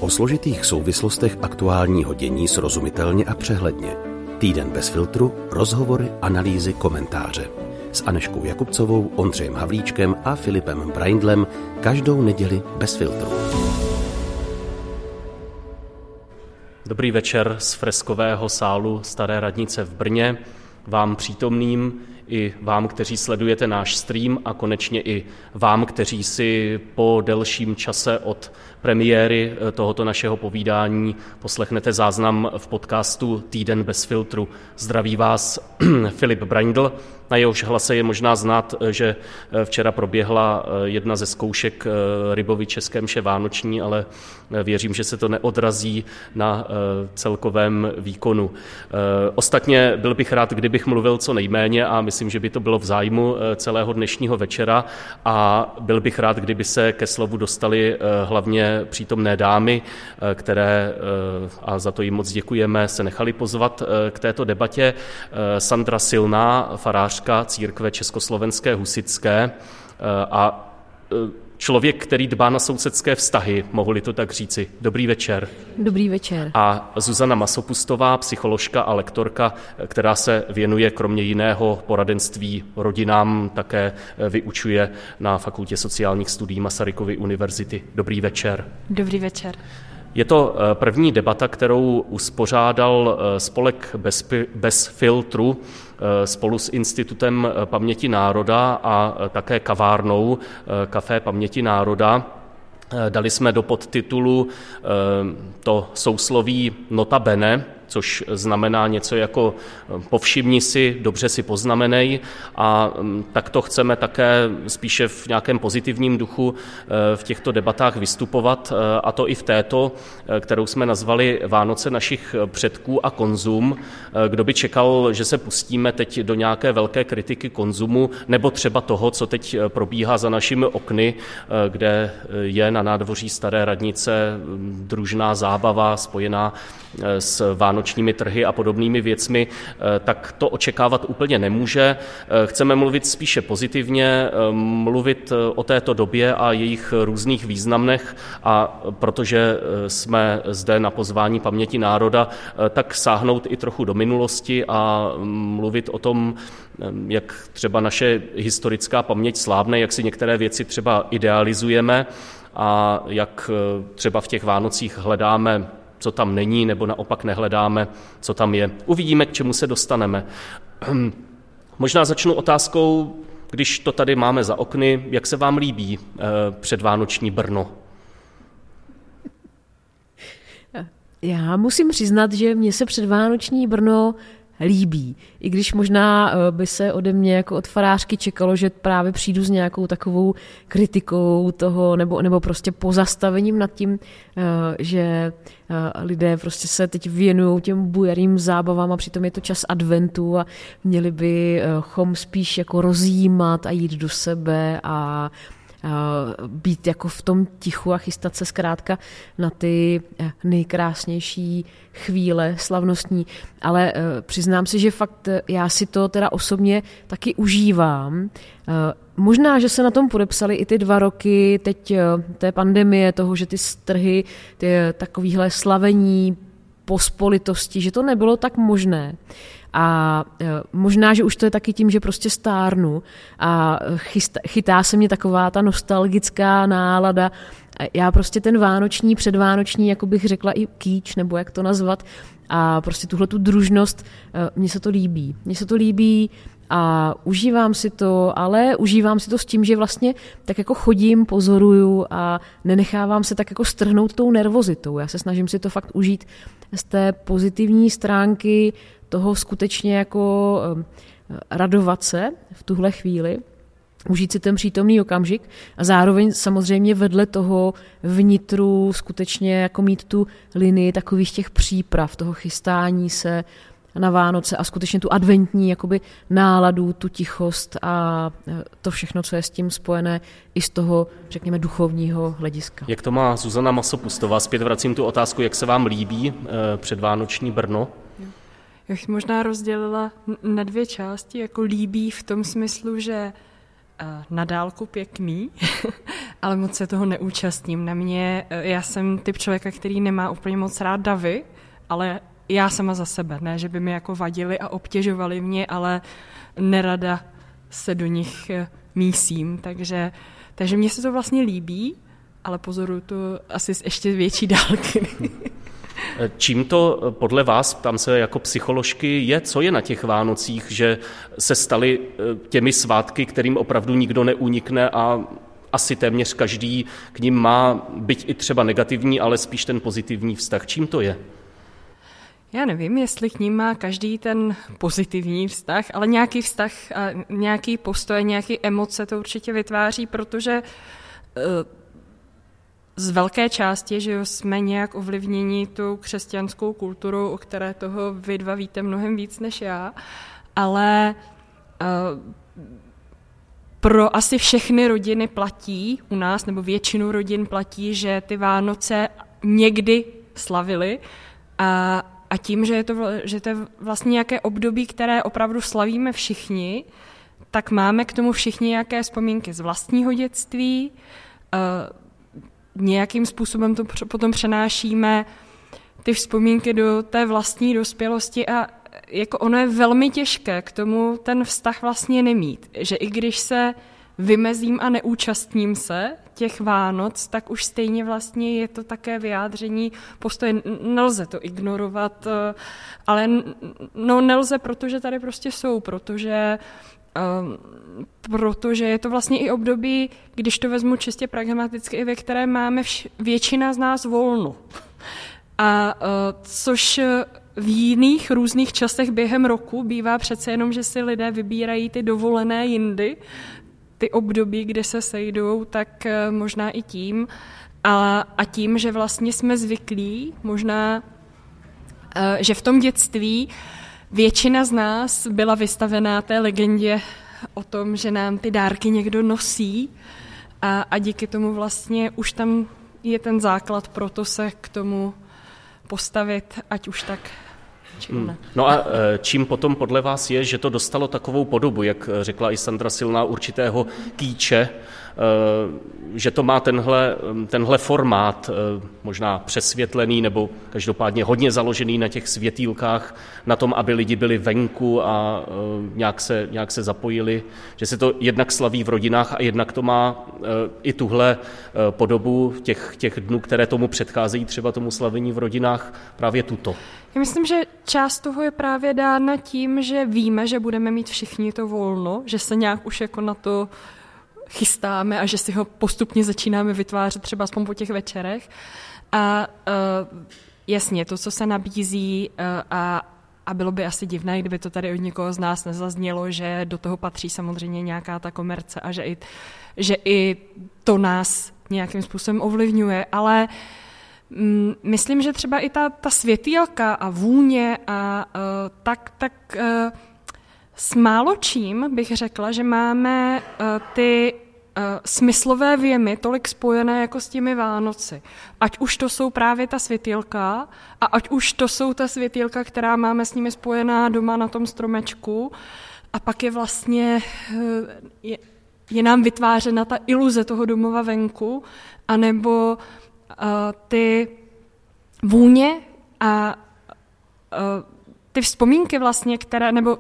O složitých souvislostech aktuálního dění srozumitelně a přehledně. Týden bez filtru, rozhovory, analýzy, komentáře. S Anežkou Jakubcovou, Ondřejem Havlíčkem a Filipem Braindlem každou neděli bez filtru. Dobrý večer z freskového sálu Staré radnice v Brně, vám přítomným i vám, kteří sledujete náš stream a konečně i vám, kteří si po delším čase od premiéry tohoto našeho povídání poslechnete záznam v podcastu Týden bez filtru. Zdraví vás Filip Braindl. Na jehož hlase je možná znát, že včera proběhla jedna ze zkoušek Rybovy české mše vánoční, ale věřím, že se to neodrazí na celkovém výkonu. Ostatně byl bych rád, kdybych mluvil co nejméně a myslím, že by to bylo v zájmu celého dnešního večera a byl bych rád, kdyby se ke slovu dostali hlavně přítomné dámy, které, a za to jim moc děkujeme, se nechali pozvat k této debatě. Sandra Silná, farářka církve československé husitské a člověk, který dbá na sousedské vztahy, mohu-li to tak říci. Dobrý večer. Dobrý večer. A Zuzana Masopustová, psycholožka a lektorka, která se věnuje kromě jiného poradenství rodinám, také vyučuje na Fakultě sociálních studií Masarykovy univerzity. Dobrý večer. Dobrý večer. Je to první debata, kterou uspořádal spolek bez filtru spolu s Institutem paměti národa a také kavárnou Café paměti národa. Dali jsme do podtitulu to sousloví nota bene, což znamená něco jako povšimni si, dobře si poznamenej, a tak to chceme také spíše v nějakém pozitivním duchu v těchto debatách vystupovat, a to i v této, kterou jsme nazvali Vánoce našich předků a konzum. Kdo by čekal, že se pustíme teď do nějaké velké kritiky konzumu, nebo třeba toho, co teď probíhá za našimi okny, kde je na nádvoří Staré radnice družná zábava spojená s vánočními trhy a podobnými věcmi, tak to očekávat úplně nemůže. Chceme mluvit spíše pozitivně, mluvit o této době a jejich různých významech, a protože jsme zde na pozvání paměti národa, tak sáhnout i trochu do minulosti a mluvit o tom, jak třeba naše historická paměť slábne, jak si některé věci třeba idealizujeme a jak třeba v těch Vánocích hledáme, co tam není, nebo naopak nehledáme, co tam je. Uvidíme, k čemu se dostaneme. Možná začnu otázkou, když to tady máme za okny, jak se vám líbí předvánoční Brno? Já musím přiznat, že mně se předvánoční Brno líbí. I když možná by se ode mě jako od farářky čekalo, že právě přijdu s nějakou takovou kritikou toho, nebo prostě pozastavením nad tím, že lidé prostě se teď věnují těm bujarým zábavám a přitom je to čas adventu a měli bychom spíš jako rozjímat a jít do sebe a být jako v tom tichu a chystat se zkrátka na ty nejkrásnější chvíle slavnostní. Ale přiznám si, že fakt já si to teda osobně taky užívám. Možná, že se na tom podepsali i ty 2 roky teď té pandemie, toho, že ty trhy, ty takovýhle slavení pospolitosti, že to nebylo tak možné. A možná, že už to je taky tím, že prostě stárnu a chytá se mě taková ta nostalgická nálada. Já prostě ten vánoční, předvánoční, jako bych řekla i kýč, nebo jak to nazvat, a prostě tuhle tu družnost, mně se to líbí. Mně se to líbí a užívám si to, ale užívám si to s tím, že vlastně tak jako chodím, pozoruju a nenechávám se tak jako strhnout tou nervozitou. Já se snažím si to fakt užít z té pozitivní stránky toho skutečně jako radovat se v tuhle chvíli, užít si ten přítomný okamžik a zároveň samozřejmě vedle toho vnitru skutečně jako mít tu linii takových těch příprav, toho chystání se na Vánoce a skutečně tu adventní jakoby náladu, tu tichost a to všechno, co je s tím spojené i z toho, řekněme, duchovního hlediska. Jak to má Zuzana Masopustová? Zpět vracím tu otázku, jak se vám líbí předvánoční Brno? Já bych možná rozdělila na 2 části, jako líbí v tom smyslu, že na dálku pěkný, ale moc se toho neúčastním. Já jsem typ člověka, který nemá úplně moc rád davy, ale já sama za sebe, ne, že by mi jako vadili a obtěžovali mě, ale nerada se do nich mísím, takže mně se to vlastně líbí, ale pozoruju to asi z ještě větší dálky. Čím to podle vás, ptám se jako psycholožky, je, co je na těch Vánocích, že se staly těmi svátky, kterým opravdu nikdo neunikne a asi téměř každý k nim má, byť i třeba negativní, ale spíš ten pozitivní vztah. Čím to je? Já nevím, jestli k ním má každý ten pozitivní vztah, ale nějaký vztah, nějaký postoj, nějaké emoce to určitě vytváří, protože z velké části, že jsme nějak ovlivněni tou křesťanskou kulturou, o které toho vy dva víte mnohem víc než já, ale pro asi všechny rodiny platí u nás, nebo většinu rodin platí, že ty Vánoce někdy slavili a tím, že to je vlastně nějaké období, které opravdu slavíme všichni, tak máme k tomu všichni nějaké vzpomínky z vlastního dětství, nějakým způsobem to potom přenášíme ty vzpomínky do té vlastní dospělosti a jako ono je velmi těžké k tomu ten vztah vlastně nemít. Že i když se vymezím a neúčastním se těch Vánoc, tak už stejně vlastně je to také vyjádření postoje. Nelze to ignorovat, ale nelze, protože tady prostě jsou, protože je to vlastně i období, když to vezmu čistě pragmaticky, ve které máme většina z nás volno. A což v jiných různých časech během roku bývá přece jenom, že si lidé vybírají ty dovolené jindy, ty období, kde se sejdou, tak možná i tím. A tím, že vlastně jsme zvyklí, možná, že v tom dětství většina z nás byla vystavená té legendě o tom, že nám ty dárky někdo nosí a díky tomu vlastně už tam je ten základ pro to se k tomu postavit, ať už tak či ne. No a čím potom podle vás je, že to dostalo takovou podobu, jak řekla i Sandra Silná, určitého kýče, že to má tenhle formát, možná přesvětlený nebo každopádně hodně založený na těch světýlkách, na tom, aby lidi byli venku a nějak se zapojili, že se to jednak slaví v rodinách a jednak to má i tuhle podobu těch dnů, které tomu předcházejí, třeba tomu slavení v rodinách, právě tuto. Já myslím, že část toho je právě dána tím, že víme, že budeme mít všichni to volno, že se nějak už jako na to chystáme a že si ho postupně začínáme vytvářet třeba aspoň po těch večerech. A jasně, to, co se nabízí a bylo by asi divné, kdyby to tady od někoho z nás nezaznělo, že do toho patří samozřejmě nějaká ta komerce a že i to nás nějakým způsobem ovlivňuje, ale myslím, že třeba i ta světýlka a vůně a tak s málo čím bych řekla, že máme ty smyslové věmy tolik spojené jako s těmi Vánoci. Ať už to jsou právě ta světýlka a ať už to jsou ta světýlka, která máme s nimi spojená doma na tom stromečku a pak je vlastně je nám vytvářena ta iluze toho domova venku, anebo ty vůně a ty vzpomínky vlastně, které, nebo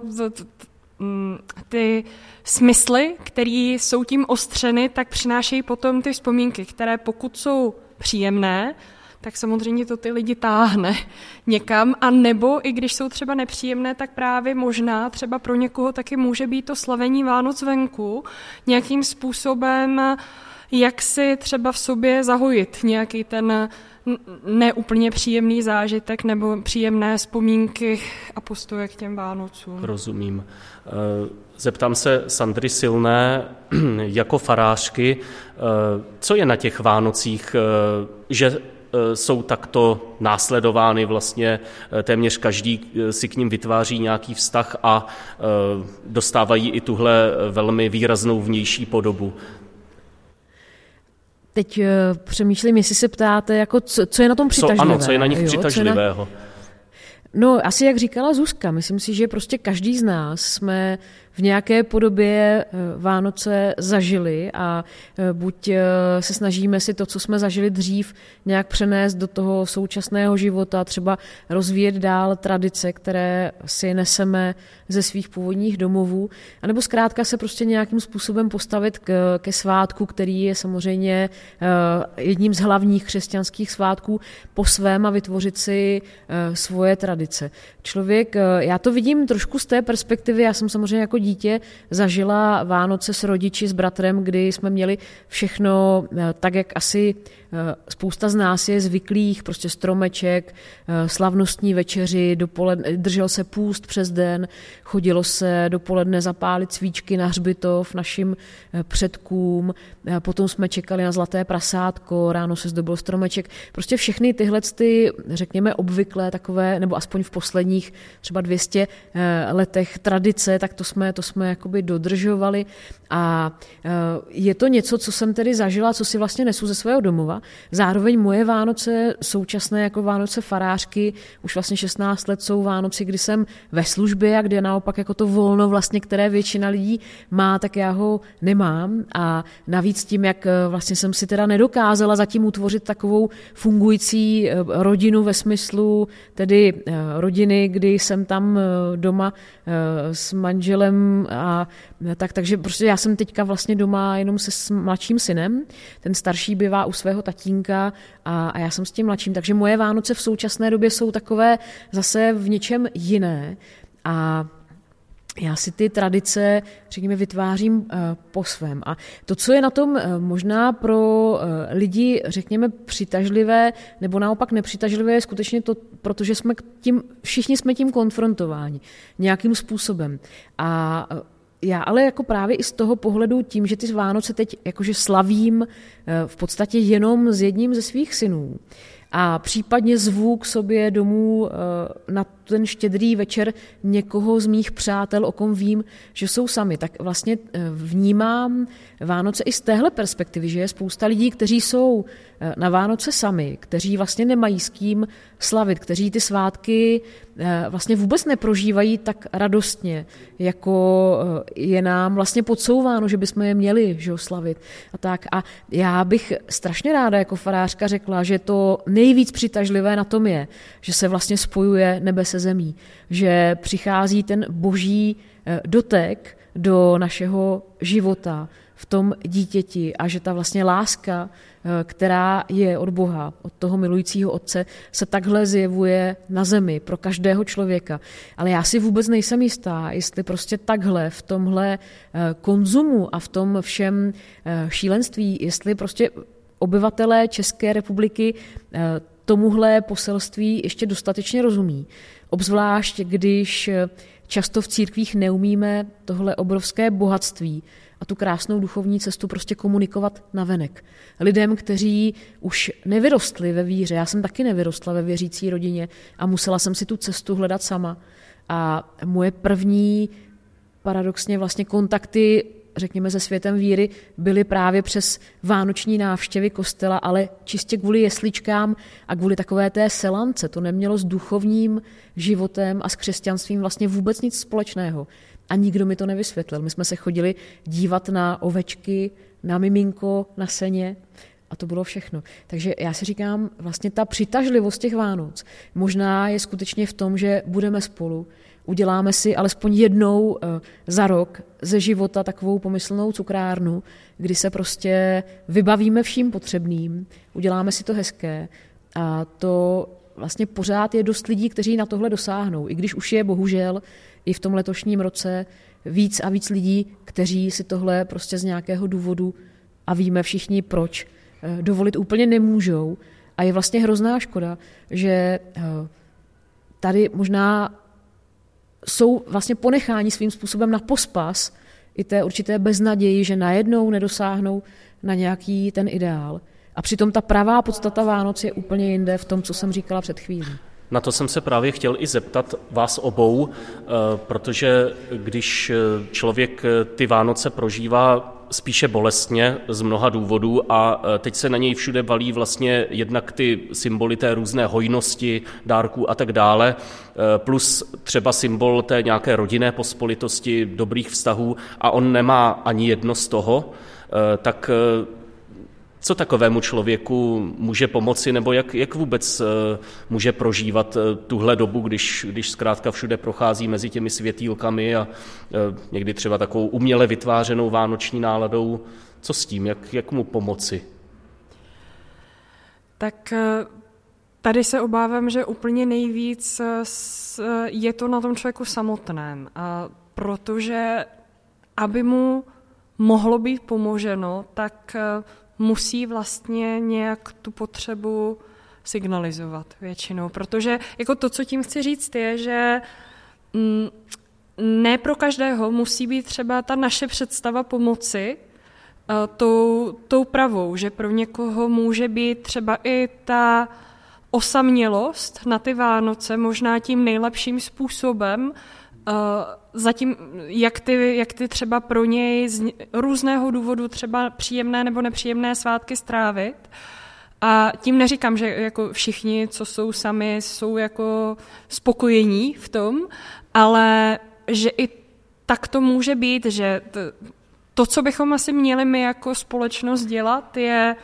ty smysly, které jsou tím ostřeny, tak přinášejí potom ty vzpomínky, které pokud jsou příjemné, tak samozřejmě to ty lidi táhne někam, a nebo i když jsou třeba nepříjemné, tak právě možná třeba pro někoho taky může být to slavení Vánoc venku nějakým způsobem, jak si třeba v sobě zahojit nějaký ten neúplně příjemný zážitek nebo příjemné vzpomínky a postoje k těm Vánocům. Rozumím. Zeptám se Sandry Silné jako farářky, co je na těch Vánocích, že jsou takto následovány, vlastně téměř každý si k ním vytváří nějaký vztah a dostávají i tuhle velmi výraznou vnější podobu. Teď přemýšlím, jestli se ptáte, jako co je na tom přitažlivé. Co je na nich přitažlivého? No, asi jak říkala Zuzka, myslím si, že prostě každý z nás jsme v nějaké podobě Vánoce zažili a buď se snažíme si to, co jsme zažili dřív, nějak přenést do toho současného života, třeba rozvíjet dál tradice, které si neseme ze svých původních domovů, anebo zkrátka se prostě nějakým způsobem postavit ke svátku, který je samozřejmě jedním z hlavních křesťanských svátků po svém a vytvořit si svoje tradice. Člověk, já to vidím trošku z té perspektivy, já jsem samozřejmě jako dítě zažila Vánoce s rodiči, s bratrem, kdy jsme měli všechno tak, jak asi spousta z nás je zvyklých, prostě stromeček, slavnostní večeři, držel se půst přes den, chodilo se dopoledne zapálit svíčky na hřbitov našim předkům, potom jsme čekali na zlaté prasátko, ráno se zdobil stromeček. Prostě všechny tyhle, řekněme, obvyklé takové, nebo aspoň v posledních třeba 200 letech tradice, tak to jsme jakoby dodržovali. A je to něco, co jsem tedy zažila, co si vlastně nesu ze svého domova. Zároveň moje Vánoce současné jako Vánoce farářky, už vlastně 16 let jsou Vánoci, kdy jsem ve službě a kde naopak jako to volno vlastně, které většina lidí má, tak já ho nemám. A navíc tím, jak vlastně jsem si teda nedokázala zatím utvořit takovou fungující rodinu ve smyslu tedy rodiny, kdy jsem tam doma s manželem a takže prostě já jsem teďka vlastně doma jenom se mladším synem, ten starší bývá u svého tatínka a já jsem s tím mladším, takže moje Vánoce v současné době jsou takové zase v něčem jiné a já si ty tradice, řekněme, vytvářím po svém. A to, co je na tom možná pro lidi, řekněme, přitažlivé nebo naopak nepřitažlivé, je skutečně to, protože všichni jsme tím konfrontováni nějakým způsobem. A já ale jako právě i z toho pohledu tím, že ty Vánoce teď jakože slavím v podstatě jenom s jedním ze svých synů a případně zvu k sobě domů na ten štědrý večer někoho z mých přátel, o kom vím, že jsou sami, tak vlastně vnímám Vánoce i z téhle perspektivy, že je spousta lidí, kteří jsou na Vánoce sami, kteří vlastně nemají s kým slavit, kteří ty svátky vlastně vůbec neprožívají tak radostně, jako je nám vlastně podsouváno, že bychom je měli slavit a tak. A já bych strašně ráda jako farářka řekla, že to nejvíc přitažlivé na tom je, že se vlastně spojuje nebe se zemí, že přichází ten boží dotek do našeho života v tom dítěti a že ta vlastně láska, která je od Boha, od toho milujícího Otce, se takhle zjevuje na zemi pro každého člověka. Ale já si vůbec nejsem jistá, jestli prostě takhle v tomhle konzumu a v tom všem šílenství, jestli prostě obyvatelé České republiky tomuhle poselství ještě dostatečně rozumí. Obzvlášť, když často v církvích neumíme tohle obrovské bohatství a tu krásnou duchovní cestu prostě komunikovat navenek. Lidem, kteří už nevyrostli ve víře, já jsem taky nevyrostla ve věřící rodině a musela jsem si tu cestu hledat sama. A moje první paradoxně vlastně kontakty, řekněme, se světem víry, byly právě přes vánoční návštěvy kostela, ale čistě kvůli jesličkám a kvůli takové té selance. To nemělo s duchovním životem a s křesťanstvím vlastně vůbec nic společného. A nikdo mi to nevysvětlil. My jsme se chodili dívat na ovečky, na miminko, na seně a to bylo všechno. Takže já si říkám, vlastně ta přitažlivost těch Vánoc možná je skutečně v tom, že budeme spolu, uděláme si alespoň jednou za rok ze života takovou pomyslnou cukrárnu, kdy se prostě vybavíme vším potřebným, uděláme si to hezké a to vlastně pořád je dost lidí, kteří na tohle dosáhnou, i když už je bohužel i v tom letošním roce víc a víc lidí, kteří si tohle prostě z nějakého důvodu, a víme všichni proč, dovolit úplně nemůžou. A je vlastně hrozná škoda, že tady možná jsou vlastně ponecháni svým způsobem na pospas i té určité beznaději, že najednou nedosáhnou na nějaký ten ideál. A přitom ta pravá podstata Vánoc je úplně jinde v tom, co jsem říkala před chvílí. Na to jsem se právě chtěl i zeptat vás obou, protože když člověk ty Vánoce prožívá spíše bolestně z mnoha důvodů a teď se na něj všude valí vlastně jednak ty symboly té různé hojnosti, dárků a tak dále, plus třeba symbol té nějaké rodinné pospolitosti, dobrých vztahů a on nemá ani jedno z toho, tak co takovému člověku může pomoci, nebo jak vůbec může prožívat tuhle dobu, když zkrátka všude prochází mezi těmi světýlkami a někdy třeba takovou uměle vytvářenou vánoční náladou. Co s tím, jak mu pomoci? Tak tady se obávám, že úplně nejvíc je to na tom člověku samotném, protože aby mu mohlo být pomoženo, tak musí vlastně nějak tu potřebu signalizovat většinou, protože jako to, co tím chci říct, je, že ne pro každého musí být třeba ta naše představa pomoci tou pravou, že pro někoho může být třeba i ta osamělost na ty Vánoce možná tím nejlepším způsobem, zatím, jak ty třeba pro něj z různého důvodu třeba příjemné nebo nepříjemné svátky strávit. A tím neříkám, že jako všichni, co jsou sami, jsou jako spokojení v tom, ale že i tak to může být, že to, co bychom asi měli my jako společnost dělat, je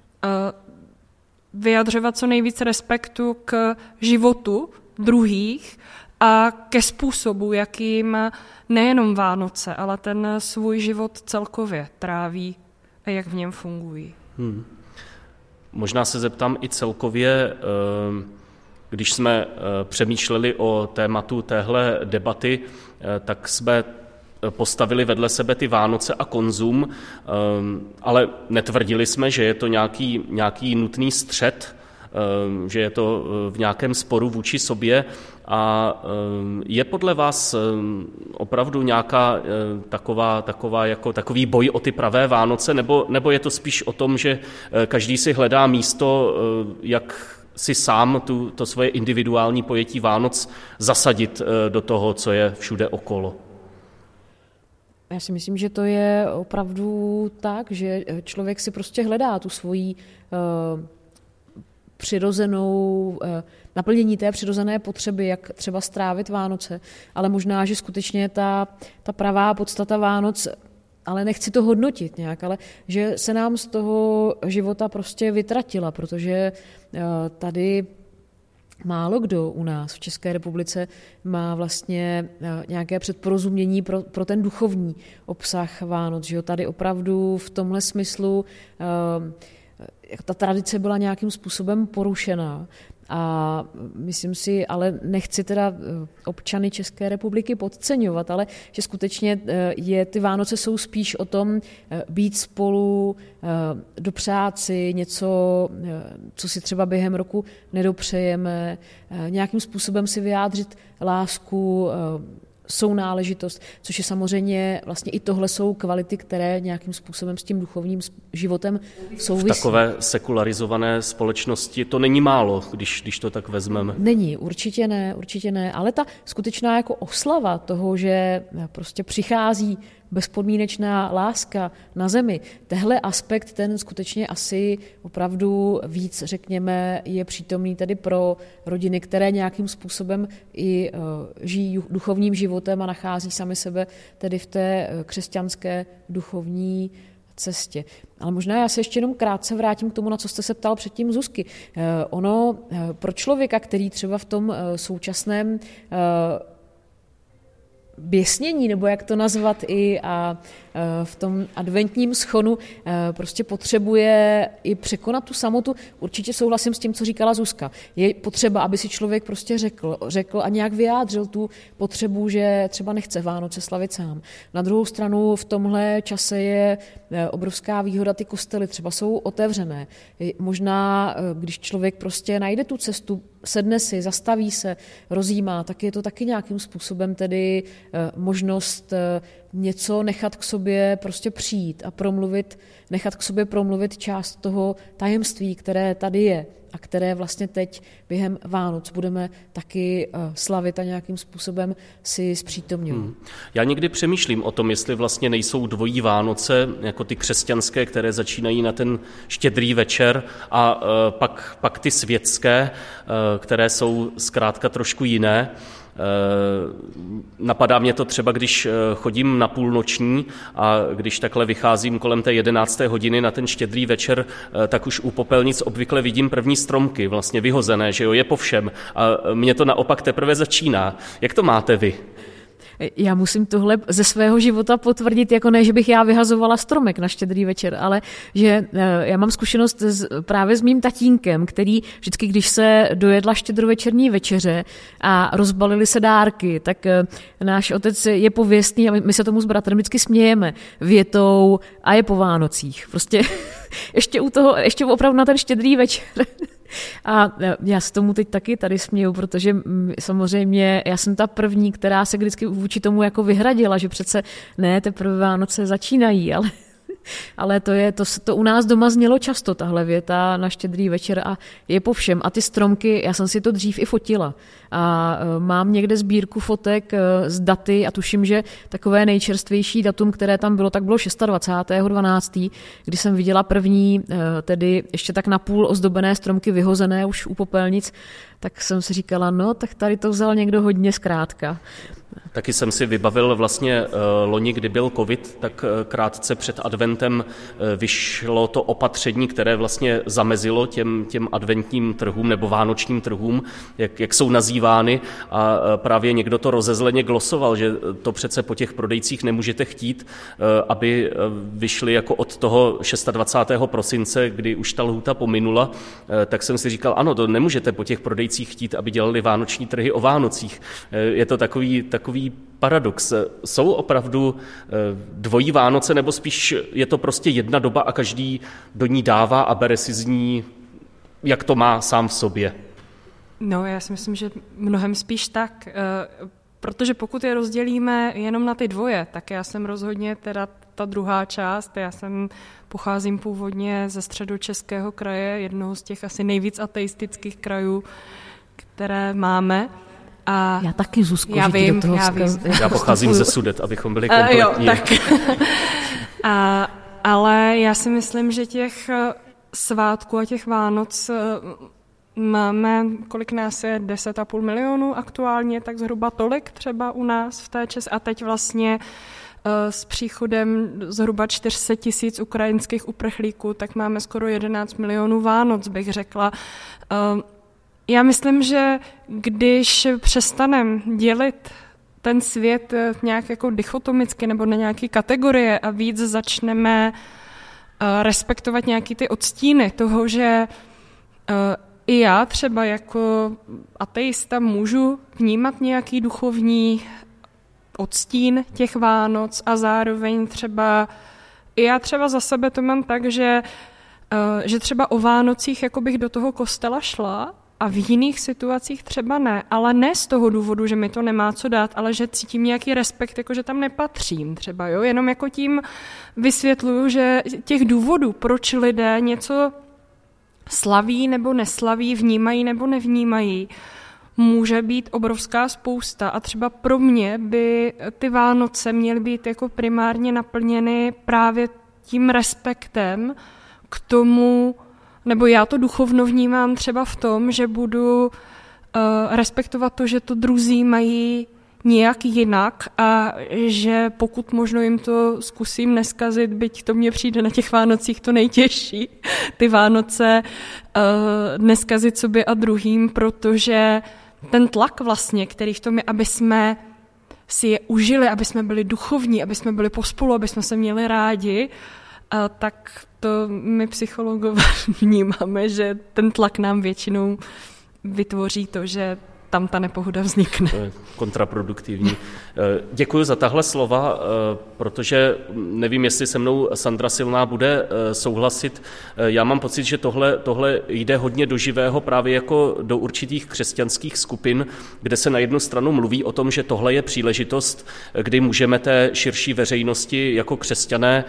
vyjadřovat co nejvíc respektu k životu druhých a ke způsobu, jakým nejenom Vánoce, ale ten svůj život celkově tráví a jak v něm fungují. Možná se zeptám i celkově, když jsme přemýšleli o tématu téhle debaty, tak jsme postavili vedle sebe ty Vánoce a konzum, ale netvrdili jsme, že je to nějaký nutný střet, že je to v nějakém sporu vůči sobě a je podle vás opravdu nějaká takový boj o ty pravé Vánoce, nebo je to spíš o tom, že každý si hledá místo, jak si sám to svoje individuální pojetí Vánoc zasadit do toho, co je všude okolo? Já si myslím, že to je opravdu tak, že člověk si prostě hledá tu svoji přirozenou naplnění té přirozené potřeby, jak třeba strávit Vánoce, ale možná, že skutečně ta pravá podstata Vánoc, ale nechci to hodnotit nějak, ale že se nám z toho života prostě vytratila, protože tady málo kdo u nás v České republice má vlastně nějaké předporozumění pro ten duchovní obsah Vánoc, že jo, tady opravdu v tomhle smyslu ta tradice byla nějakým způsobem porušená. A myslím si, ale nechci teda občany České republiky podceňovat, ale že skutečně ty Vánoce jsou spíš o tom být spolu, dopřát si něco, co si třeba během roku nedopřejeme, nějakým způsobem si vyjádřit lásku, sounáležitost, což je samozřejmě vlastně i tohle jsou kvality, které nějakým způsobem s tím duchovním životem souvisí. V takové sekularizované společnosti to není málo, když to tak vezmeme. Není, určitě ne, ale ta skutečná jako oslava toho, že prostě přichází bezpodmínečná láska na zemi. Tehle aspekt, ten skutečně asi opravdu víc, řekněme, je přítomný tedy pro rodiny, které nějakým způsobem i žijí duchovním životem a nachází sami sebe tedy v té křesťanské duchovní cestě. Ale možná já se ještě jenom krátce vrátím k tomu, na co jste se ptal předtím, Zuzky. Ono pro člověka, který třeba v tom současném běsnění, nebo jak to nazvat, i a v tom adventním schonu prostě potřebuje i překonat tu samotu. Určitě souhlasím s tím, co říkala Zuzka. Je potřeba, aby si člověk prostě řekl a nějak vyjádřil tu potřebu, že třeba nechce Vánoce slavit sám. Na druhou stranu v tomhle čase je obrovská výhoda, ty kostely třeba jsou otevřené. Možná, když člověk prostě najde tu cestu sedne si, zastaví se, rozjímá, tak je to taky nějakým způsobem tedy možnost něco nechat k sobě prostě přijít a nechat k sobě promluvit část toho tajemství, které tady je a které vlastně teď během Vánoc budeme taky slavit a nějakým způsobem si zpřítomňovat. Já někdy přemýšlím o tom, jestli vlastně nejsou dvojí Vánoce, jako ty křesťanské, které začínají na ten štědrý večer a pak ty světské, které jsou zkrátka trošku jiné. Napadá mě to třeba, když chodím na půlnoční a když takhle vycházím kolem té 11. hodiny na ten štědrý večer, tak už u popelnic obvykle vidím první stromky vlastně vyhozené, že jo, je po všem. A mě to naopak teprve začíná. Jak to máte vy? Já musím tohle ze svého života potvrdit, jako ne, že bych já vyhazovala stromek na štědrý večer, ale že já mám zkušenost právě s mým tatínkem, který vždycky, když se dojedla štědrovečerní večeře a rozbalily se dárky, tak náš otec je pověstný a my se tomu s bratrem vždycky smějeme větou a je po Vánocích. Prostě ještě opravdu na ten štědrý večer. A já se tomu teď taky tady směju, protože samozřejmě já jsem ta první, která se vždycky vůči tomu jako vyhradila, že přece ne, teprve Vánoce začínají, ale to u nás doma znělo často, tahle věta na štědrý večer a je po všem. A ty stromky, já jsem si to dřív i fotila. A mám někde sbírku fotek z daty a tuším, že takové nejčerstvější datum, které tam bylo, tak bylo 26.12., kdy jsem viděla první, tedy ještě tak napůl ozdobené stromky vyhozené už u popelnic, tak jsem si říkala, no, tak tady to vzal někdo hodně zkrátka. Taky jsem si vybavil vlastně loni, kdy byl covid, tak krátce před adventem vyšlo to opatření, které vlastně zamezilo těm adventním trhům nebo vánočním trhům, jak jsou nazývány, a právě někdo to rozezleně glosoval, že to přece po těch prodejcích nemůžete chtít, aby vyšli jako od toho 26. prosince, kdy už ta lhůta pominula, tak jsem si říkal, ano, to nemůžete po těch prodejcích chtít, aby dělali vánoční trhy o Vánocích. Je to takový paradox. Jsou opravdu dvojí Vánoce, nebo spíš je to prostě jedna doba a každý do ní dává a bere si z ní, jak to má sám v sobě? No, já si myslím, že mnohem spíš tak, protože pokud je rozdělíme jenom na ty dvoje, tak já jsem rozhodně teda ta druhá část, pocházím původně ze Středočeského kraje, jednoho z těch asi nejvíc ateistických krajů, které máme. A já taky, Zuzko, já vím. Já pocházím ze Sudet, abychom byli kompletní. Jo, tak. Ale já si myslím, že těch svátků a těch Vánoc máme, kolik nás je, 10,5 milionu aktuálně, tak zhruba tolik třeba u nás v té České. A teď vlastně s příchodem zhruba 400 000 ukrajinských uprchlíků, tak máme skoro 11 milionů Vánoc, bych řekla. Já myslím, že když přestaneme dělit ten svět nějak jako dichotomicky nebo na nějaké kategorie a víc začneme respektovat nějaký ty odstíny toho, že i já třeba jako ateista můžu vnímat nějaký duchovní odstín těch Vánoc a zároveň třeba i já třeba za sebe to mám tak, že třeba o Vánocích jako bych do toho kostela šla a v jiných situacích třeba ne, ale ne z toho důvodu, že mi to nemá co dát, ale že cítím nějaký respekt, jako že tam nepatřím třeba, jo, jenom jako tím vysvětluju, že těch důvodů, proč lidé něco slaví nebo neslaví, vnímají nebo nevnímají, může být obrovská spousta a třeba pro mě by ty Vánoce měly být jako primárně naplněny právě tím respektem k tomu, nebo já to duchovno vnímám třeba v tom, že budu respektovat to, že to druzí mají nějak jinak a že pokud možno jim to zkusím neskazit, byť to mně přijde na těch Vánocích to nejtěžší, ty Vánoce neskazit sobě a druhým, protože ten tlak vlastně, který v tom je, aby jsme si je užili, aby jsme byli duchovní, aby jsme byli pospolu, aby jsme se měli rádi, tak to my psychologové vnímáme, že ten tlak nám většinou vytvoří to, že tam ta nepohoda vznikne. To je kontraproduktivní. Děkuji za tahle slova, protože nevím, jestli se mnou Sandra Silná bude souhlasit. Já mám pocit, že tohle jde hodně do živého právě jako do určitých křesťanských skupin, kde se na jednu stranu mluví o tom, že tohle je příležitost, kdy můžeme té širší veřejnosti jako křesťané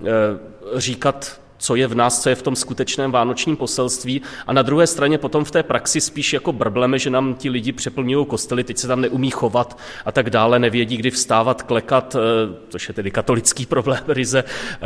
říkat, co je v nás, co je v tom skutečném vánočním poselství, a na druhé straně potom v té praxi spíš jako brbleme, že nám ti lidi přeplňují kostely, teď se tam neumí chovat a tak dále, nevědí, kdy vstávat, klekat, což je tedy katolický problém ryze,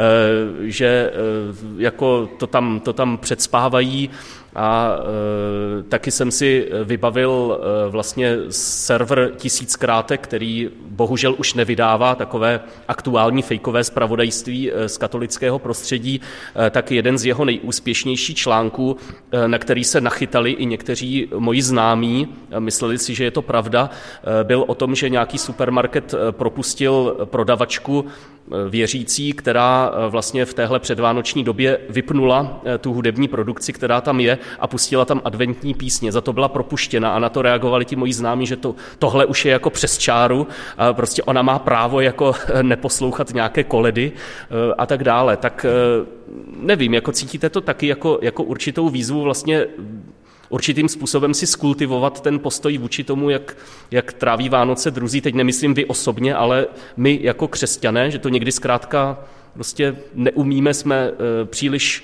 že jako to tam předspávají. A taky jsem si vybavil vlastně server 1000 krátek, který bohužel už nevydává takové aktuální fejkové zpravodajství z katolického prostředí, tak jeden z jeho nejúspěšnějších článků, na který se nachytali i někteří moji známí, mysleli si, že je to pravda, byl o tom, že nějaký supermarket propustil prodavačku věřící, která vlastně v téhle předvánoční době vypnula tu hudební produkci, která tam je, a pustila tam adventní písně. Za to byla propuštěna a na to reagovali ti moji známí, že tohle už je jako přes čáru a prostě ona má právo jako neposlouchat nějaké koledy a tak dále. Tak nevím, jako cítíte to taky jako určitou výzvu vlastně určitým způsobem si skultivovat ten postoj vůči tomu, jak tráví Vánoce druzí. Teď nemyslím vy osobně, ale my jako křesťané, že to někdy zkrátka prostě neumíme, jsme příliš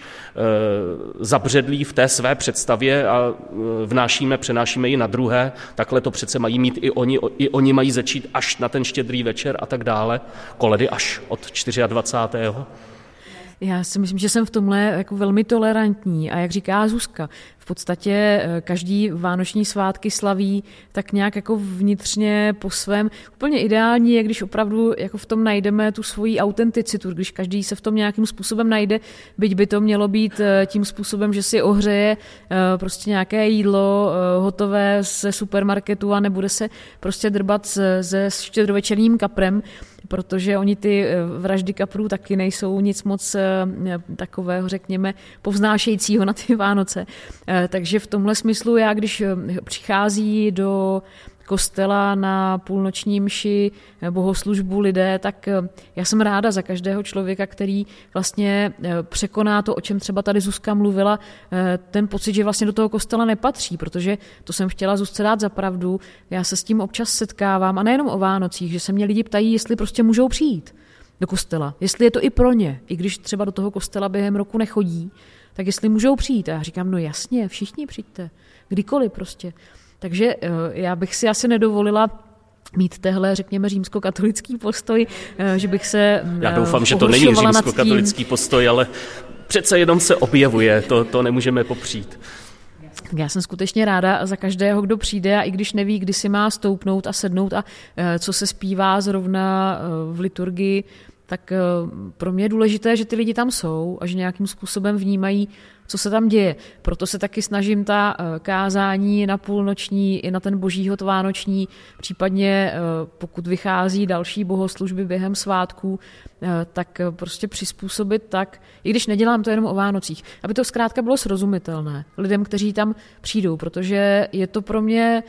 zabředlí v té své představě a přenášíme ji na druhé. Takhle to přece mají mít i oni mají začít až na ten štědrý večer a tak dále. Koledy až od 24. Já si myslím, že jsem v tomhle jako velmi tolerantní a jak říká Zuzka, v podstatě každý vánoční svátky slaví tak nějak jako vnitřně po svém. Úplně ideální je, když opravdu jako v tom najdeme tu svoji autenticitu, když každý se v tom nějakým způsobem najde, byť by to mělo být tím způsobem, že si ohřeje prostě nějaké jídlo hotové ze supermarketu a nebude se prostě drbat se štědrovečerním kaprem, protože oni ty vraždy kaprů taky nejsou nic moc takového, řekněme, povznášejícího na ty Vánoce. Takže v tomhle smyslu já, když přichází do kostela na půlnoční mši bohoslužbu lidé, tak já jsem ráda za každého člověka, který vlastně překoná to, o čem třeba tady Zuzka mluvila, ten pocit, že vlastně do toho kostela nepatří, protože to jsem chtěla Zuzce dát za pravdu. Já se s tím občas setkávám a nejenom o Vánocích, že se mě lidi ptají, jestli prostě můžou přijít do kostela, jestli je to i pro ně, i když třeba do toho kostela během roku nechodí, tak jestli můžou přijít. A já říkám, no jasně, všichni přijďte, kdykoliv prostě. Takže já bych si asi nedovolila mít tehle, řekněme, římskokatolický postoj, že bych se Já doufám, že to není římskokatolický postoj, ale přece jenom se objevuje, to nemůžeme popřít. Já jsem skutečně ráda za každého, kdo přijde a i když neví, kdy si má stoupnout a sednout a co se zpívá zrovna v liturgii, tak pro mě je důležité, že ty lidi tam jsou a že nějakým způsobem vnímají, co se tam děje. Proto se taky snažím ta kázání na půlnoční i na ten božíhod vánoční, případně pokud vychází další bohoslužby během svátků, tak prostě přizpůsobit tak, i když nedělám to jenom o Vánocích, aby to zkrátka bylo srozumitelné lidem, kteří tam přijdou, protože je to pro mě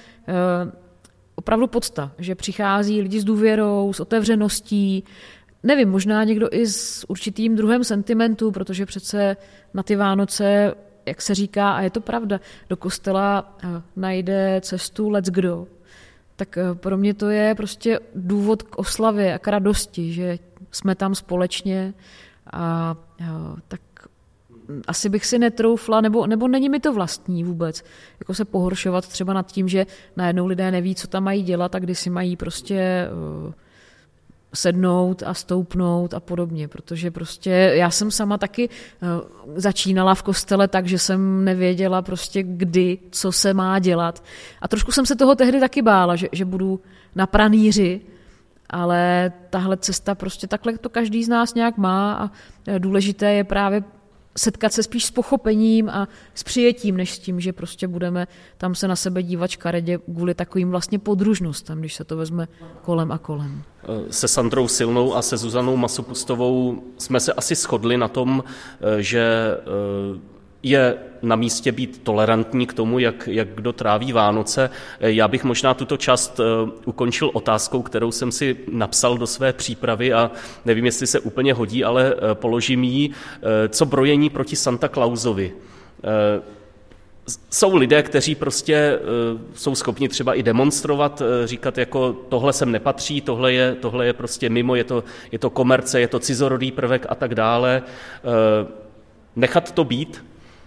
opravdu podsta, že přichází lidi s důvěrou, s otevřeností, nevím, možná někdo i s určitým druhem sentimentu, protože přece na ty Vánoce, jak se říká, a je to pravda, do kostela najde cestu leckdo. Tak pro mě to je prostě důvod k oslavě a k radosti, že jsme tam společně a tak asi bych si netroufla, nebo není mi to vlastní vůbec, jako se pohoršovat třeba nad tím, že najednou lidé neví, co tam mají dělat a kdy si mají prostě sednout a stoupnout a podobně, protože prostě já jsem sama taky začínala v kostele tak, že jsem nevěděla prostě kdy, co se má dělat. A trošku jsem se toho tehdy taky bála, že budu na pranýři, ale tahle cesta prostě takhle to každý z nás nějak má a důležité je právě setkat se spíš s pochopením a s přijetím, než s tím, že prostě budeme tam se na sebe dívat škaredě kvůli takovým vlastně podružnostem, když se to vezme kolem a kolem. Se Sandrou Silnou a se Zuzanou Masopustovou jsme se asi shodli na tom, že je na místě být tolerantní k tomu, jak kdo tráví Vánoce. Já bych možná tuto část ukončil otázkou, kterou jsem si napsal do své přípravy a nevím, jestli se úplně hodí, ale položím ji. Co brojení proti Santa Clausovi? Jsou lidé, kteří prostě jsou schopni třeba i demonstrovat, říkat jako tohle sem nepatří, tohle je prostě mimo, je to komerce, je to cizorodý prvek a tak dále. Nechat to být?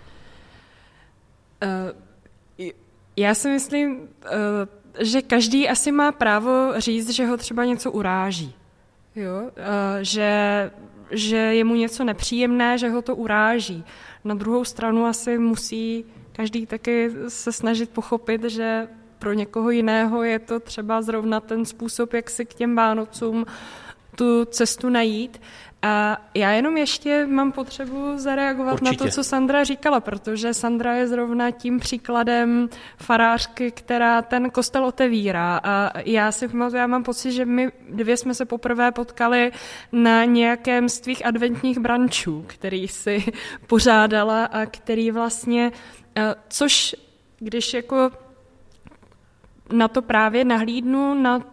Já si myslím, že každý asi má právo říct, že ho třeba něco uráží. Jo? Že je mu něco nepříjemné, že ho to uráží. Na druhou stranu asi musí každý taky se snažit pochopit, že pro někoho jiného je to třeba zrovna ten způsob, jak si k těm Vánocům tu cestu najít. A já jenom ještě mám potřebu zareagovat Určitě. na to, co Sandra říkala, protože Sandra je zrovna tím příkladem farářky, která ten kostel otevírá. A já mám pocit, že my dvě jsme se poprvé potkali na nějakém z tvých adventních brančů, který si pořádala a který vlastně, což když jako na to právě nahlídnu,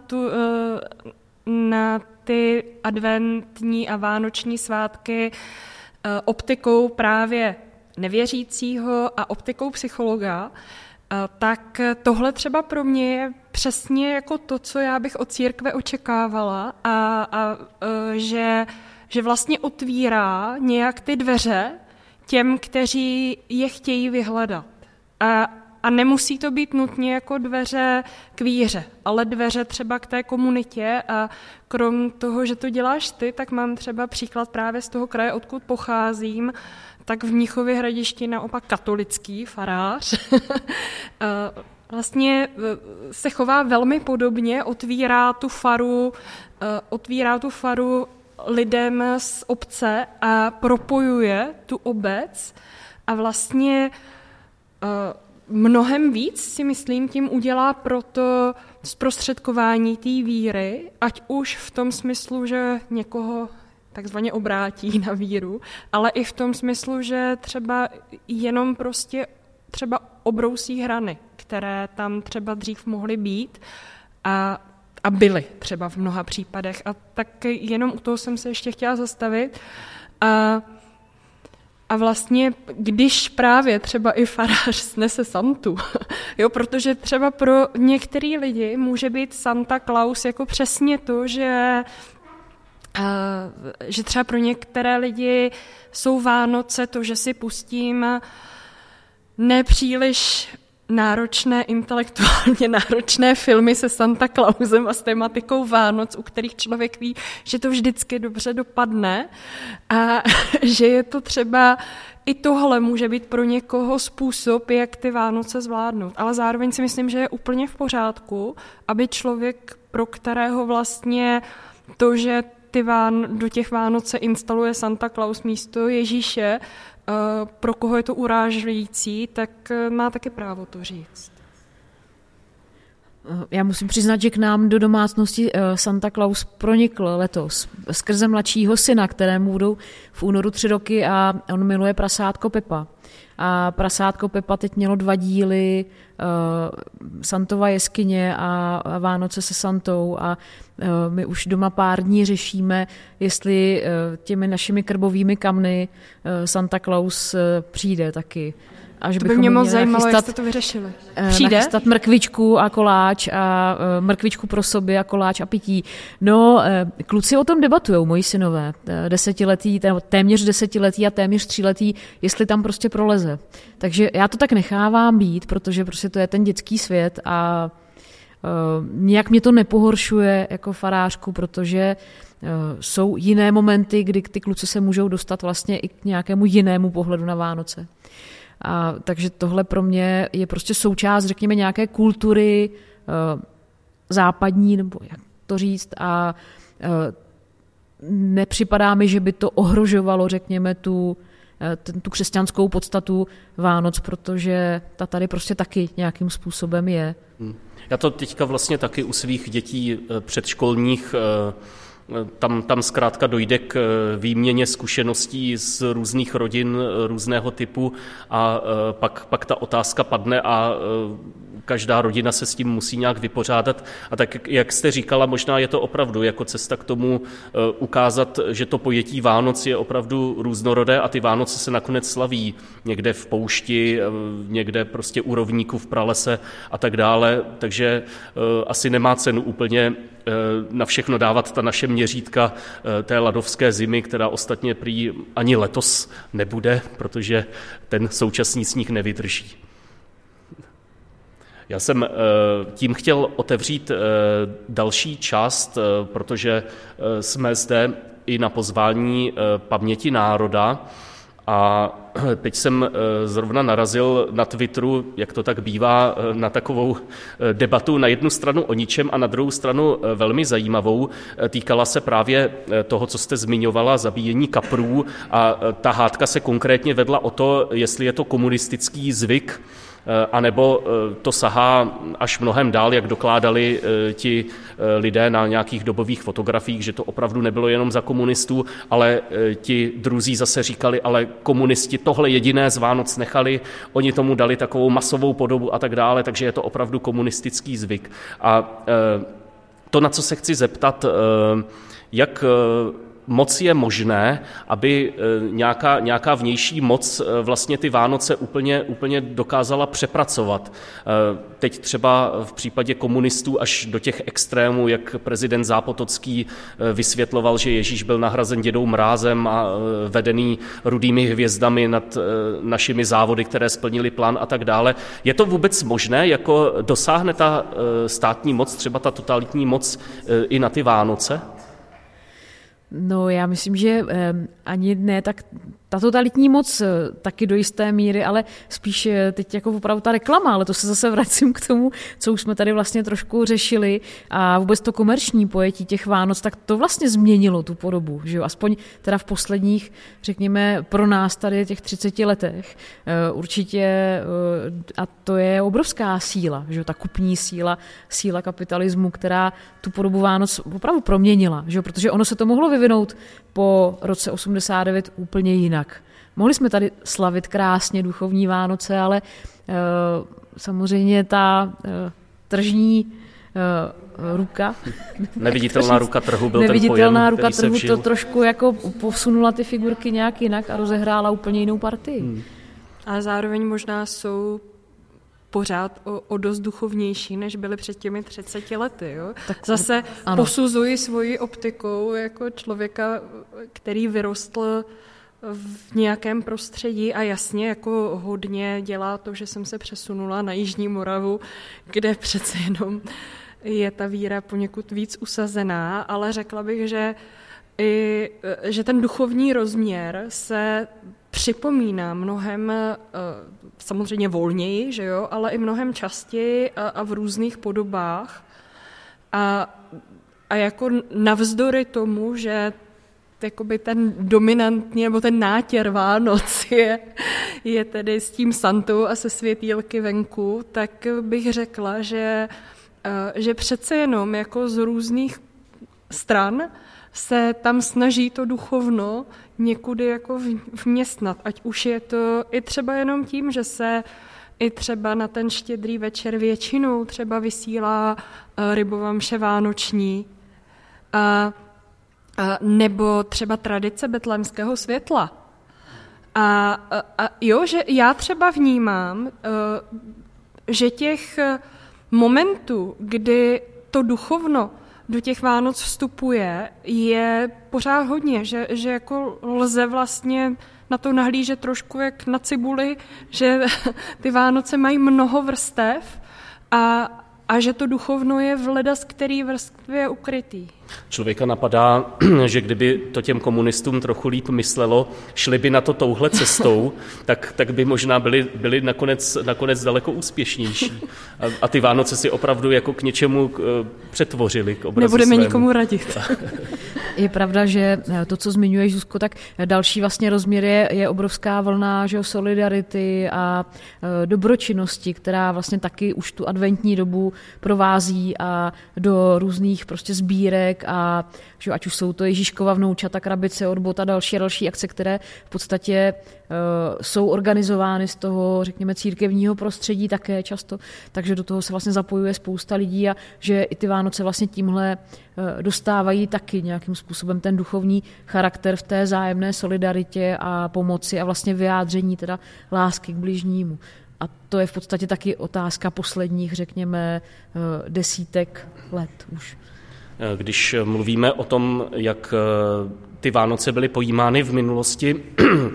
na ty adventní a vánoční svátky optikou právě nevěřícího a optikou psychologa, tak tohle třeba pro mě je přesně jako to, co já bych od církve očekávala a že vlastně otvírá nějak ty dveře těm, kteří je chtějí vyhledat. A nemusí to být nutně jako dveře k víře, ale dveře třeba k té komunitě a krom toho, že to děláš ty, tak mám třeba příklad právě z toho kraje, odkud pocházím, tak v Mnichově Hradišti naopak katolický farář vlastně se chová velmi podobně, otvírá tu faru lidem z obce a propojuje tu obec a vlastně mnohem víc si myslím tím udělá pro to zprostředkování té víry, ať už v tom smyslu, že někoho takzvaně obrátí na víru, ale i v tom smyslu, že třeba jenom prostě třeba obrousí hrany, které tam třeba dřív mohly být a byly třeba v mnoha případech. A tak jenom u toho jsem se ještě chtěla zastavit. A vlastně, když právě třeba i farář snese Santu, jo, protože třeba pro některý lidi může být Santa Claus jako přesně to, že třeba pro některé lidi jsou Vánoce to, že si pustím nepříliš intelektuálně náročné filmy se Santa Clausem a s tematikou Vánoc, u kterých člověk ví, že to vždycky dobře dopadne a že je to třeba i tohle může být pro někoho způsob, jak ty Vánoce zvládnout. Ale zároveň si myslím, že je úplně v pořádku, aby člověk, pro kterého vlastně to, že do těch Vánoc se instaluje Santa Claus místo Ježíše, pro koho je to urážující, tak má taky právo to říct. Já musím přiznat, že k nám do domácnosti Santa Claus pronikl letos skrze mladšího syna, kterému budou v únoru 3 roky a on miluje Prasátko Pepa. A Prasátko Pepa teď mělo 2 díly, Santova jeskyně a Vánoce se Santou a my už doma pár dní řešíme, jestli těmi našimi krbovými kamny Santa Claus přijde taky. Až to by mě moc zajímalo, jak jste to vyřešili. Přijde? Nachystat mrkvičku a koláč a mrkvičku pro sobě a koláč a pití. No, kluci o tom debatujou, moji synové, 10letý, téměř 10letý a téměř 3letý, jestli tam prostě proleze. Takže já to tak nechávám být, protože prostě to je ten dětský svět a nějak mě to nepohoršuje jako farářku, protože jsou jiné momenty, kdy ty kluci se můžou dostat vlastně i k nějakému jinému pohledu na Vánoce. Takže tohle pro mě je prostě součást, řekněme, nějaké kultury západní, nebo jak to říct, a nepřipadá mi, že by to ohrožovalo, řekněme, tu křesťanskou podstatu Vánoc, protože ta tady prostě taky nějakým způsobem je. Já to teďka vlastně taky u svých dětí předškolních Tam zkrátka dojde k výměně zkušeností z různých rodin různého typu a pak ta otázka padne a každá rodina se s tím musí nějak vypořádat. A tak, jak jste říkala, možná je to opravdu jako cesta k tomu ukázat, že to pojetí Vánoc je opravdu různorodé a ty Vánoce se nakonec slaví někde v poušti, někde prostě u rovníku v pralese a tak dále. Takže asi nemá cenu úplně na všechno dávat ta naše měřítka té ladovské zimy, která ostatně prý ani letos nebude, protože ten současný sníh nevydrží. Já jsem tím chtěl otevřít další část, protože jsme zde i na pozvání Paměti národa a teď jsem zrovna narazil na Twitteru, jak to tak bývá, na takovou debatu na jednu stranu o ničem a na druhou stranu velmi zajímavou. Týkala se právě toho, co jste zmiňovala, zabíjení kaprů a ta hádka se konkrétně vedla o to, jestli je to komunistický zvyk, anebo to sahá až mnohem dál, jak dokládali ti lidé na nějakých dobových fotografiích, že to opravdu nebylo jenom za komunistů, ale ti druzí zase říkali, ale komunisti tohle jediné z Vánoc nechali, oni tomu dali takovou masovou podobu a tak dále, takže je to opravdu komunistický zvyk. A to, na co se chci zeptat, jak moc je možné, aby nějaká vnější moc vlastně ty Vánoce úplně dokázala přepracovat. Teď třeba v případě komunistů až do těch extrémů, jak prezident Zápotocký vysvětloval, že Ježíš byl nahrazen Dědou Mrázem a vedený rudými hvězdami nad našimi závody, které splnili plán a tak dále. Je to vůbec možné, jako dosáhne ta státní moc, třeba ta totalitní moc i na ty Vánoce? No, já myslím, že ani ne, tak ta totalitní moc taky do jisté míry, ale spíš teď jako opravdu ta reklama, ale to se zase vracím k tomu, co už jsme tady vlastně trošku řešili a vůbec to komerční pojetí těch Vánoc, tak to vlastně změnilo tu podobu, že jo, aspoň teda v posledních, řekněme, pro nás tady těch 30 letech určitě a to je obrovská síla, že jo, ta kupní síla kapitalismu, která tu podobu Vánoc opravdu proměnila, že jo, protože ono se to mohlo vyvinout po roce 89 úplně jinak. Mohli jsme tady slavit krásně duchovní Vánoce, ale samozřejmě ta tržní ruka. Neviditelná ruka trhu byl neviditelná ten pojem, ruka který trhu se vžil. to trošku jako posunula ty figurky nějak jinak a rozehrála úplně jinou partii. Ale zároveň možná jsou pořád o dost duchovnější, než byly před těmi 30 lety. Jo? Tak, zase ano. Posuzuji svoji optikou jako člověka, který vyrostl v nějakém prostředí a jasně jako hodně dělá to, že jsem se přesunula na Jižní Moravu, kde přece jenom je ta víra poněkud víc usazená, ale řekla bych, že ten duchovní rozměr se připomíná mnohem samozřejmě volněji, že jo, ale i mnohem častěji a v různých podobách. A jako navzdory tomu, že jakoby ten dominantní nebo ten nátěr Vánoc je tedy s tím Santou a se světýlky venku, tak bych řekla, že přece jenom jako z různých stran se tam snaží to duchovno někudy jako vměstnat. Ať už je to i třeba jenom tím, že se i třeba na ten štědrý večer většinou třeba vysílá rybova mše vánoční, nebo třeba tradice betlémského světla. A jo, že já třeba vnímám, že těch momentů, kdy to duchovno do těch Vánoc vstupuje, je pořád hodně, že jako lze vlastně na to nahlížet trošku jak na cibuli, že ty Vánoce mají mnoho vrstev a že to duchovno je v ledas který vrstvě ukrytý. Člověka napadá, že kdyby to těm komunistům trochu líp myslelo, šli by na to touhle cestou, tak by možná byli nakonec daleko úspěšnější. A ty Vánoce si opravdu jako k něčemu přetvořili, k obrazu Nebudeme svému. nikomu radit. Je pravda, že to, co zmiňuješ, Zuzko, tak další vlastně rozměr je obrovská vlna, že solidarity a dobročinnosti, která vlastně taky už tu adventní dobu provází a do různých prostě sbírek a že ať už jsou to Ježíškova vnoučata, krabice od bot a další akce, které v podstatě jsou organizovány z toho, řekněme, církevního prostředí také často, takže do toho se vlastně zapojuje spousta lidí a že i ty Vánoce vlastně tímhle dostávají taky nějakým způsobem ten duchovní charakter v té zájemné solidaritě a pomoci a vlastně vyjádření teda lásky k bližnímu. A to je v podstatě taky otázka posledních, řekněme, desítek let už. Když mluvíme o tom, jak ty Vánoce byly pojímány v minulosti,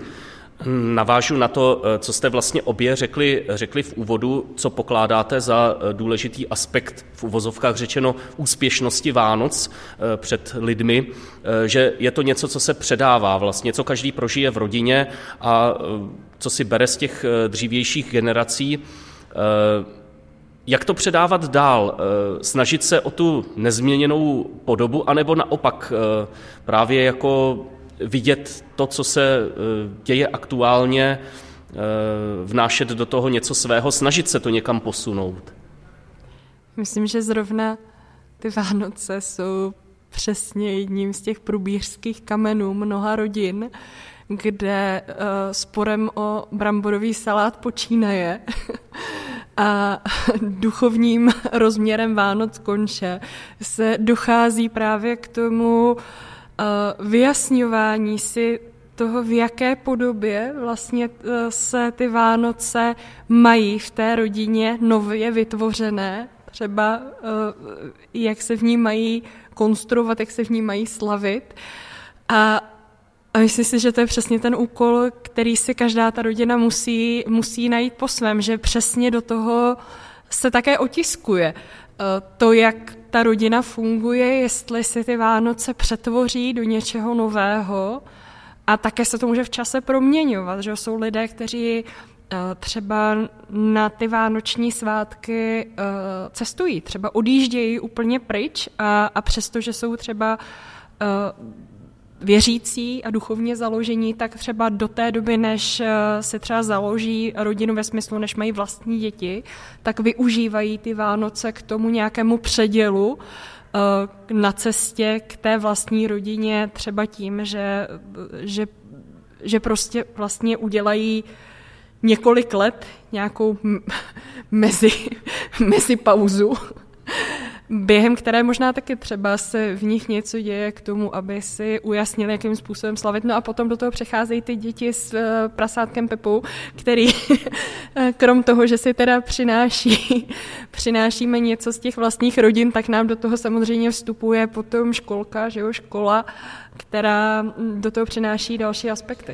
navážu na to, co jste vlastně obě řekli v úvodu, co pokládáte za důležitý aspekt, v uvozovkách řečeno, úspěšnosti Vánoc před lidmi, že je to něco, co se předává vlastně, co každý prožije v rodině a co si bere z těch dřívějších generací. Jak to předávat dál? Snažit se o tu nezměněnou podobu, anebo naopak právě jako vidět to, co se děje aktuálně, vnášet do toho něco svého, snažit se to někam posunout? Myslím, že zrovna ty Vánoce jsou přesně jedním z těch průbířských kamenů mnoha rodin, kde sporem o bramborový salát počínaje a duchovním rozměrem Vánoc konče se dochází právě k tomu vyjasňování si toho, v jaké podobě vlastně se ty Vánoce mají v té rodině nově vytvořené, třeba jak se v ní mají konstruovat, jak se v ní mají slavit. A myslím si, že to je přesně ten úkol, který si každá ta rodina musí najít po svém, že přesně do toho se také otiskuje to, jak ta rodina funguje, jestli si ty Vánoce přetvoří do něčeho nového a také se to může v čase proměňovat, že jsou lidé, kteří třeba na ty vánoční svátky cestují, třeba odjíždějí úplně pryč a přesto, že jsou třeba věřící a duchovně založení, tak třeba do té doby, než se třeba založí rodinu ve smyslu, než mají vlastní děti, tak využívají ty Vánoce k tomu nějakému předělu na cestě k té vlastní rodině, třeba tím, že prostě vlastně udělají několik let nějakou mezi pauzu, během které možná taky třeba se v nich něco děje k tomu, aby si ujasnili, jakým způsobem slavit. No a potom do toho přecházejí ty děti s prasátkem Pepou, který krom toho, že si teda přinášíme něco z těch vlastních rodin, tak nám do toho samozřejmě vstupuje potom školka, že jo, škola, která do toho přináší další aspekty.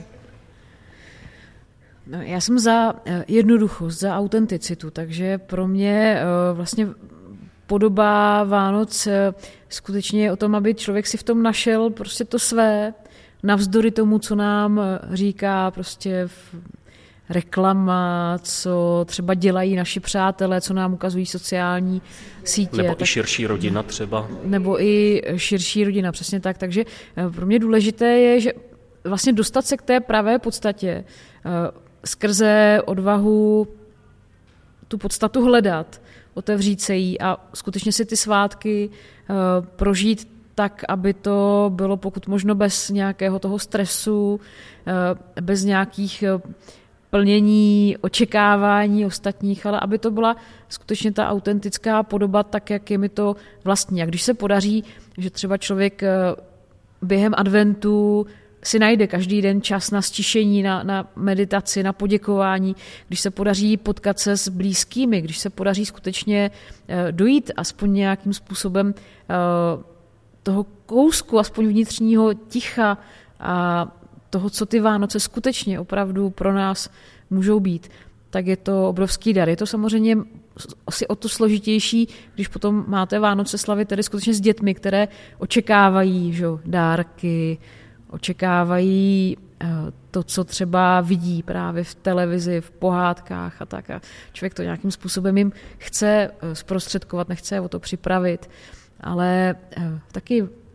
No, já jsem za jednoduchost, za autenticitu, takže pro mě vlastně podoba Vánoc skutečně je o tom, aby člověk si v tom našel prostě to své, navzdory tomu, co nám říká prostě reklama, co třeba dělají naši přátelé, co nám ukazují sociální sítě. Nebo i širší rodina třeba. Nebo i širší rodina, přesně tak. Takže pro mě důležité je, že vlastně dostat se k té pravé podstatě, skrze odvahu tu podstatu hledat, otevřít se jí a skutečně si ty svátky prožít tak, aby to bylo pokud možno bez nějakého toho stresu, bez nějakých plnění, očekávání ostatních, ale aby to byla skutečně ta autentická podoba tak, jak je mi to vlastní. A když se podaří, že třeba člověk během adventu si najde každý den čas na stišení, na meditaci, na poděkování, když se podaří potkat se s blízkými, když se podaří skutečně dojít aspoň nějakým způsobem toho kousku, aspoň vnitřního ticha a toho, co ty Vánoce skutečně opravdu pro nás můžou být, tak je to obrovský dar. Je to samozřejmě asi o to složitější, když potom máte Vánoce slavit tedy skutečně s dětmi, které očekávají, že, dárky, očekávají to, co třeba vidí právě v televizi, v pohádkách a tak. A člověk to nějakým způsobem jim chce zprostředkovat, nechce o to připravit, ale taky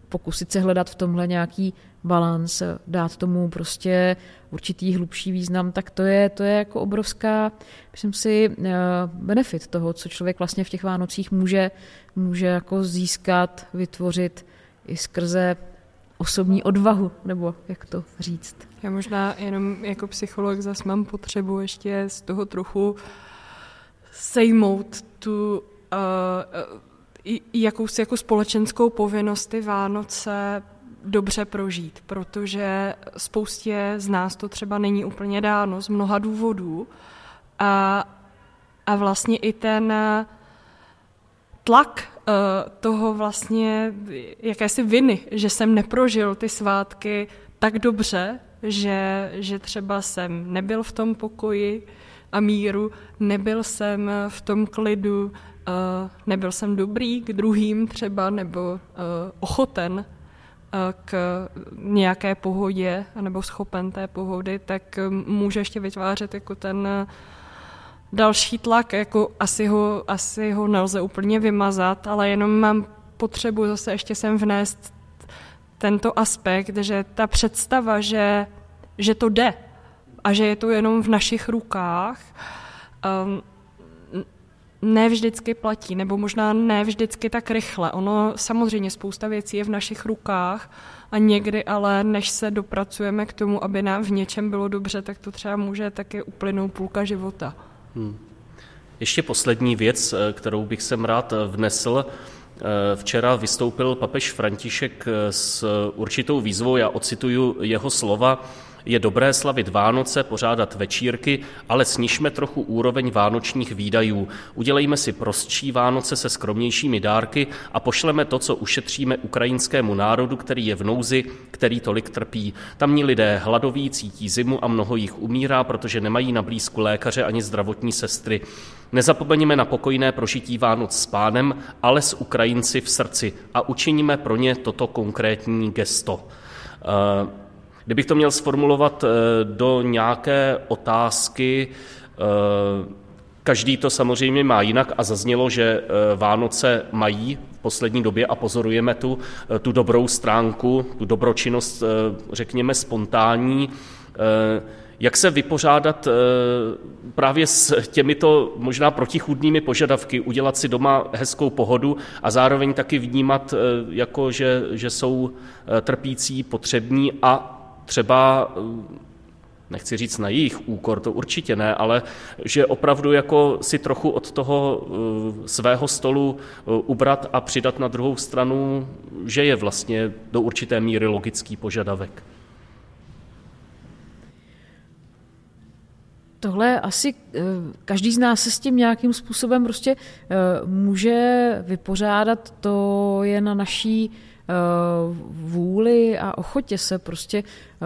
pokusit se hledat v tomhle nějaký balans, dát tomu prostě určitý hlubší význam, tak to je jako obrovská, myslím si, benefit toho, co člověk vlastně v těch Vánocích může jako získat, vytvořit i skrze osobní odvahu, nebo jak to říct. Já možná jenom jako psycholog zase mám potřebu ještě z toho trochu sejmout tu jakousi jako společenskou povinnost ty Vánoce dobře prožít, protože spoustě z nás to třeba není úplně dáno z mnoha důvodů a vlastně i ten tlak toho vlastně jakési viny, že jsem neprožil ty svátky tak dobře, že třeba jsem nebyl v tom pokoji a míru, nebyl jsem v tom klidu, nebyl jsem dobrý k druhým třeba, nebo ochoten k nějaké pohodě, nebo schopen té pohody, tak může ještě vytvářet jako ten další tlak, jako asi ho nelze úplně vymazat, ale jenom mám potřebu zase ještě sem vnést tento aspekt, že ta představa, že to jde a že je to jenom v našich rukách, ne vždycky platí, nebo možná ne vždycky tak rychle. Ono samozřejmě spousta věcí je v našich rukách a někdy ale, než se dopracujeme k tomu, aby nám v něčem bylo dobře, tak to třeba může taky uplynout půlka života. Ještě poslední věc, kterou bych sem rád vnesl. Včera vystoupil papež František s určitou výzvou, já ocituju jeho slova: je dobré slavit Vánoce, pořádat večírky, ale snižme trochu úroveň vánočních výdajů. Udělejme si prostší Vánoce se skromnějšími dárky a pošleme to, co ušetříme ukrajinskému národu, který je v nouzi, který tolik trpí. Tamní lidé hladoví, cítí zimu a mnoho jich umírá, protože nemají na blízku lékaře ani zdravotní sestry. Nezapomeňme na pokojné prožití Vánoc s Pánem, ale s Ukrajinci v srdci a učiníme pro ně toto konkrétní gesto. Kdybych to měl sformulovat do nějaké otázky, každý to samozřejmě má jinak a zaznělo, že Vánoce mají v poslední době a pozorujeme tu dobrou stránku, tu dobročinnost, řekněme, spontánní. Jak se vypořádat právě s těmito možná protichůdnými požadavky, udělat si doma hezkou pohodu a zároveň taky vnímat, jako že jsou trpící, potřební a třeba, nechci říct na jejich úkor, to určitě ne, ale že opravdu jako si trochu od toho svého stolu ubrat a přidat na druhou stranu, že je vlastně do určité míry logický požadavek. Tohle asi každý z nás se s tím nějakým způsobem prostě může vypořádat, to je na naší vůli a ochotě se prostě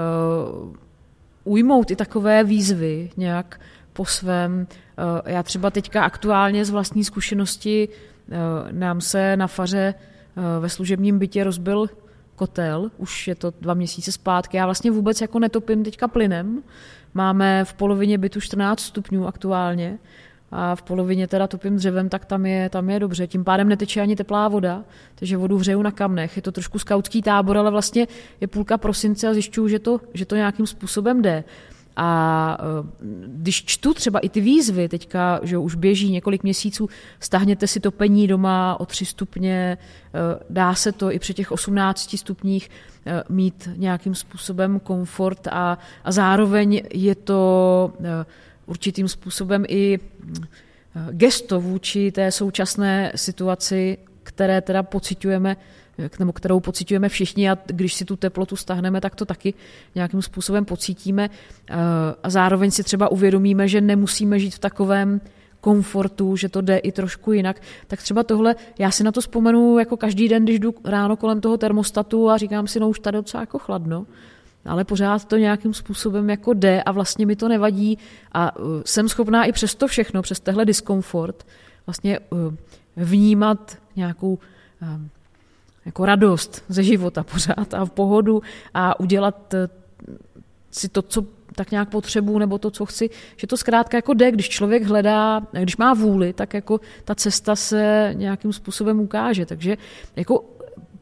ujmout i takové výzvy nějak po svém. Já třeba teďka aktuálně z vlastní zkušenosti nám se na faře ve služebním bytě rozbil kotel, už je to 2 měsíce zpátky, já vlastně vůbec jako netopím teďka plynem, máme v polovině bytu 14 stupňů aktuálně a v polovině teda topím dřevem, tak tam je dobře. Tím pádem neteče ani teplá voda, takže vodu hřeju na kamnech. Je to trošku skautský tábor, ale vlastně je půlka prosince a zjišťuju, že to nějakým způsobem jde. A když čtu třeba i ty výzvy, teďka, že už běží několik měsíců, stáhněte si topení doma o 3 stupně, dá se to i při těch 18 stupních mít nějakým způsobem komfort a zároveň je to určitým způsobem i gesto vůči té současné situaci, které teda pociťujeme, nebo kterou pociťujeme všichni a když si tu teplotu stáhneme, tak to taky nějakým způsobem pocítíme a zároveň si třeba uvědomíme, že nemusíme žít v takovém komfortu, že to jde i trošku jinak. Tak třeba tohle, já si na to vzpomenu jako každý den, když jdu ráno kolem toho termostatu a říkám si, no už tady docela jako chladno, ale pořád to nějakým způsobem jako jde a vlastně mi to nevadí a jsem schopná i přes to všechno, přes tehle diskomfort vlastně vnímat nějakou jako radost ze života pořád a v pohodu a udělat si to, co tak nějak potřebuji, nebo to, co chci, že to zkrátka jako jde, když člověk hledá, když má vůli, tak jako ta cesta se nějakým způsobem ukáže. Takže jako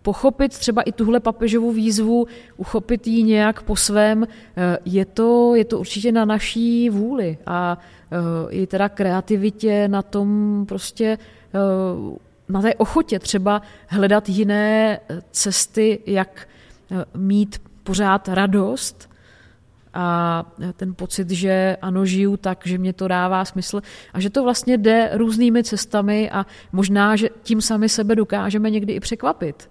pochopit třeba i tuhle papežovu výzvu, uchopit ji nějak po svém, je to určitě na naší vůli a i teda kreativitě na tom prostě, na té ochotě třeba hledat jiné cesty, jak mít pořád radost a ten pocit, že ano, žiju tak, že mě to dává smysl a že to vlastně jde různými cestami a možná, že tím sami sebe dokážeme někdy i překvapit.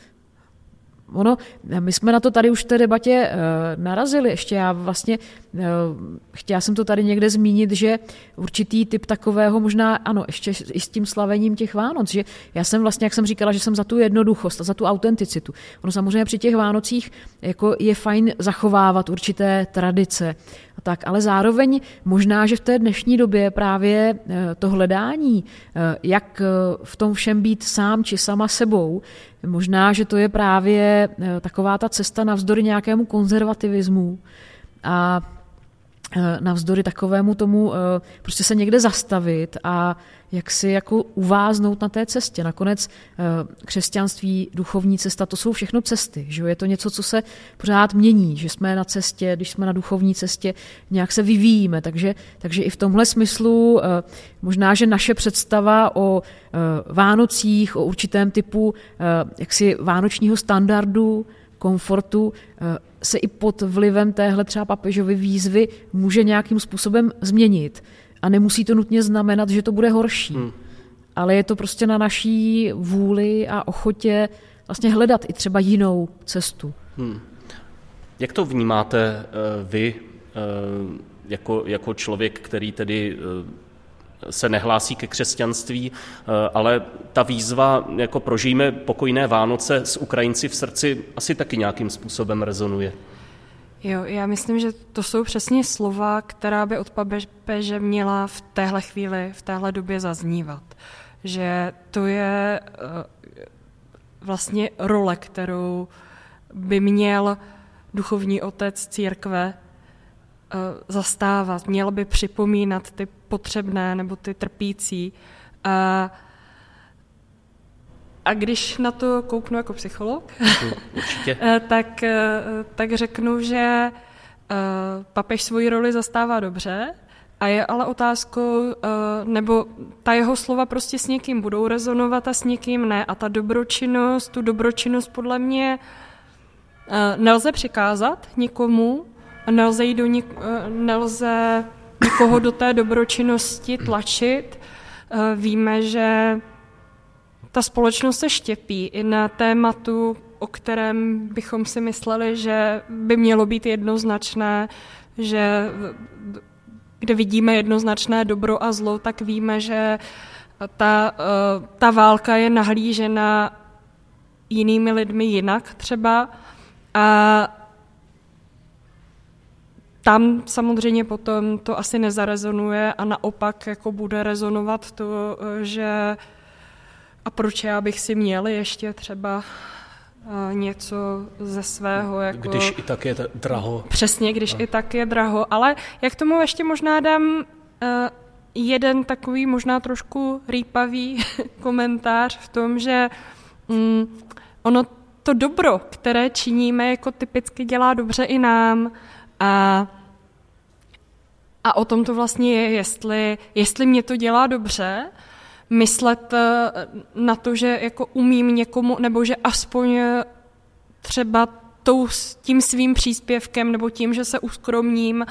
My jsme na to tady už v té debatě narazili. Ještě chtěla jsem to tady někde zmínit, že určitý typ takového možná, ano, ještě i s tím slavením těch Vánoc, že já jsem vlastně, jak jsem říkala, že jsem za tu jednoduchost a za tu autenticitu. Ono samozřejmě při těch Vánocích jako je fajn zachovávat určité tradice, tak, ale zároveň možná, že v té dnešní době právě to hledání, jak v tom všem být sám či sama sebou, možná, že to je právě taková ta cesta navzdory nějakému konzervativismu a navzdory takovému tomu prostě se někde zastavit a jak si jako uváznout na té cestě. Nakonec křesťanství, duchovní cesta, to jsou všechno cesty. Že? Je to něco, co se pořád mění, že jsme na cestě, když jsme na duchovní cestě, nějak se vyvíjíme. Takže i v tomhle smyslu možná, že naše představa o Vánocích, o určitém typu jaksi vánočního standardu, komfortu, se i pod vlivem téhle třeba papežovy výzvy může nějakým způsobem změnit. A nemusí to nutně znamenat, že to bude horší. Ale je to prostě na naší vůli a ochotě vlastně hledat i třeba jinou cestu. Jak to vnímáte vy jako člověk, který tedy se nehlásí ke křesťanství, ale ta výzva, jako prožijme pokojné Vánoce s Ukrajinci v srdci, asi taky nějakým způsobem rezonuje. Jo, já myslím, že to jsou přesně slova, která by od papeže měla v téhle chvíli, v téhle době zaznívat. Že to je vlastně role, kterou by měl duchovní otec církve zastávat. Měl by připomínat ty potřebné nebo ty trpící. A když na to kouknu jako psycholog, tak řeknu, že papež svoji roli zastává dobře a je ale otázkou, nebo ta jeho slova prostě s někým budou rezonovat a s někým ne. A tu dobročinnost podle mě nelze přikázat nikomu, nelze nikoho do té dobročinnosti tlačit. Víme, že ta společnost se štěpí i na tématu, o kterém bychom si mysleli, že by mělo být jednoznačné, že kde vidíme jednoznačné dobro a zlo, tak víme, že ta válka je nahlížena jinými lidmi jinak třeba. A tam samozřejmě potom to asi nezarezonuje a naopak jako bude rezonovat to, že a proč já bych si měl ještě třeba něco ze svého. Jako, když i tak je draho. Přesně, když i tak je draho. Ale jak tomu ještě možná dám jeden takový možná trošku rýpavý komentář v tom, že ono to dobro, které činíme, jako typicky dělá dobře i nám. A o tom to vlastně je, jestli mě to dělá dobře, myslet na to, že jako umím někomu, nebo že aspoň třeba tím svým příspěvkem, nebo tím, že se uskromním,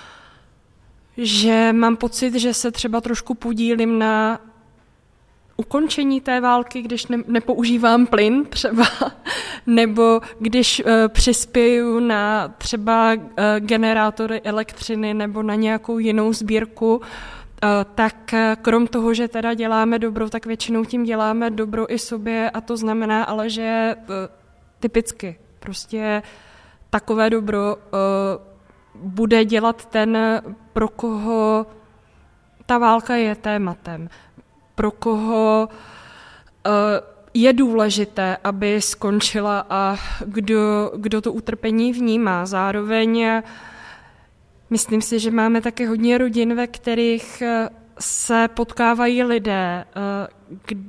že mám pocit, že se třeba trošku podílím na ukončení té války, když nepoužívám plyn třeba, nebo když přispěju na třeba generátory elektřiny nebo na nějakou jinou sbírku, tak krom toho, že teda děláme dobro, tak většinou tím děláme dobro i sobě a to znamená ale, že typicky prostě takové dobro bude dělat ten, pro koho ta válka je tématem, pro koho je důležité, aby skončila a kdo to utrpení vnímá. Zároveň myslím si, že máme také hodně rodin, ve kterých se potkávají lidé,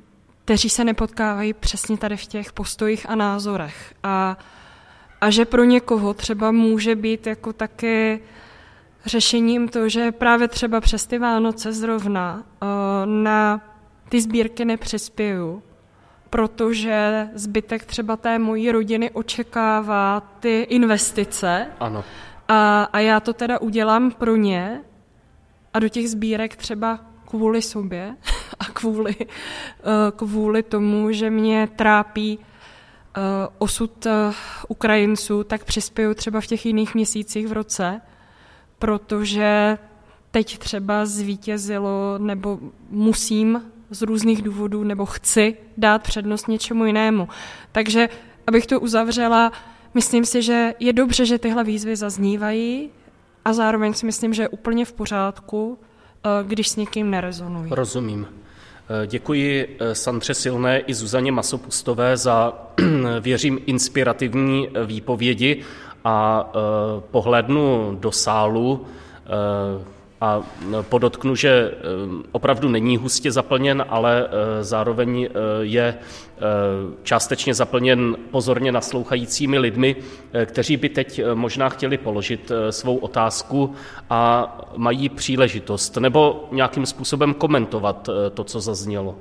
kteří se nepotkávají přesně tady v těch postojích a názorech. A že pro někoho třeba může být jako taky řešením to, že právě třeba přes ty Vánoce zrovna na ty sbírky nepřispěju, protože zbytek třeba té mojí rodiny očekává ty investice. Ano. A já to teda udělám pro ně a do těch sbírek třeba kvůli sobě a kvůli tomu, že mě trápí osud Ukrajinců, tak přispěju třeba v těch jiných měsících v roce, protože teď třeba zvítězilo nebo musím z různých důvodů nebo chci dát přednost něčemu jinému. Takže, abych to uzavřela, myslím si, že je dobře, že tyhle výzvy zaznívají a zároveň si myslím, že je úplně v pořádku, když s někým nerezonují. Rozumím. Děkuji Sandře Silné i Zuzaně Masopustové za, věřím, inspirativní výpovědi a pohlédnu do sálu a podotknu, že opravdu není hustě zaplněn, ale zároveň je částečně zaplněn pozorně naslouchajícími lidmi, kteří by teď možná chtěli položit svou otázku a mají příležitost nebo nějakým způsobem komentovat to, co zaznělo.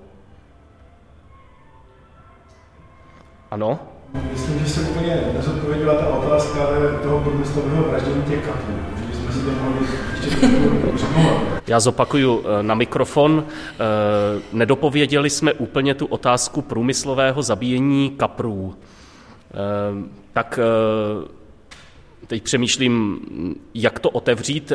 Ano? Myslím, že se úplně nezodpověděla ta otázka toho průmyslového vraždění těch kaplů. Já zopakuju na mikrofon. Nedopověděli jsme úplně tu otázku průmyslového zabíjení kaprů. Tak teď přemýšlím, jak to otevřít.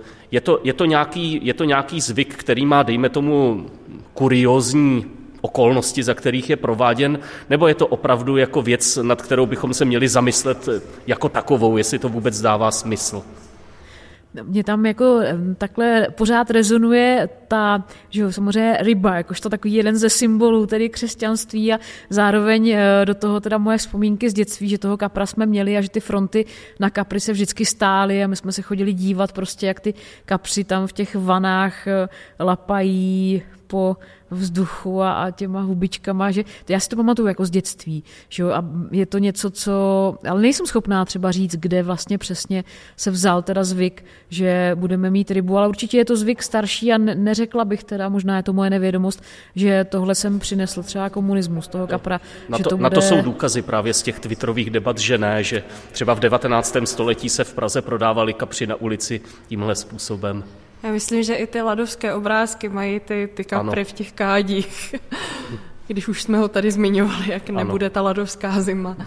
Je to nějaký zvyk, který má, dejme tomu, kuriózní okolnosti, za kterých je prováděn, nebo je to opravdu jako věc, nad kterou bychom se měli zamyslet jako takovou, jestli to vůbec dává smysl? Mně tam jako takhle pořád rezonuje ta, že jo, samozřejmě ryba, jakožto takový jeden ze symbolů tedy křesťanství a zároveň do toho teda moje vzpomínky z dětství, že toho kapra jsme měli a že ty fronty na kapry se vždycky stály a my jsme se chodili dívat prostě, jak ty kapři tam v těch vanách lapají po vzduchu a těma hubičkama, že já si to pamatuju jako z dětství, že jo, a je to něco, co, ale nejsem schopná třeba říct, kde vlastně přesně se vzal teda zvyk, že budeme mít rybu, ale určitě je to zvyk starší a neřekla bych teda, možná je to moje nevědomost, že tohle jsem přinesl třeba komunismus, toho kapra. Na to jsou důkazy právě z těch twitterových debat, že ne, že třeba v 19. století se v Praze prodávali kapři na ulici tímhle způsobem. Já myslím, že i ty ladovské obrázky mají ty kapry v těch kádích. Když už jsme ho tady zmiňovali, jak nebude ta ladovská zima.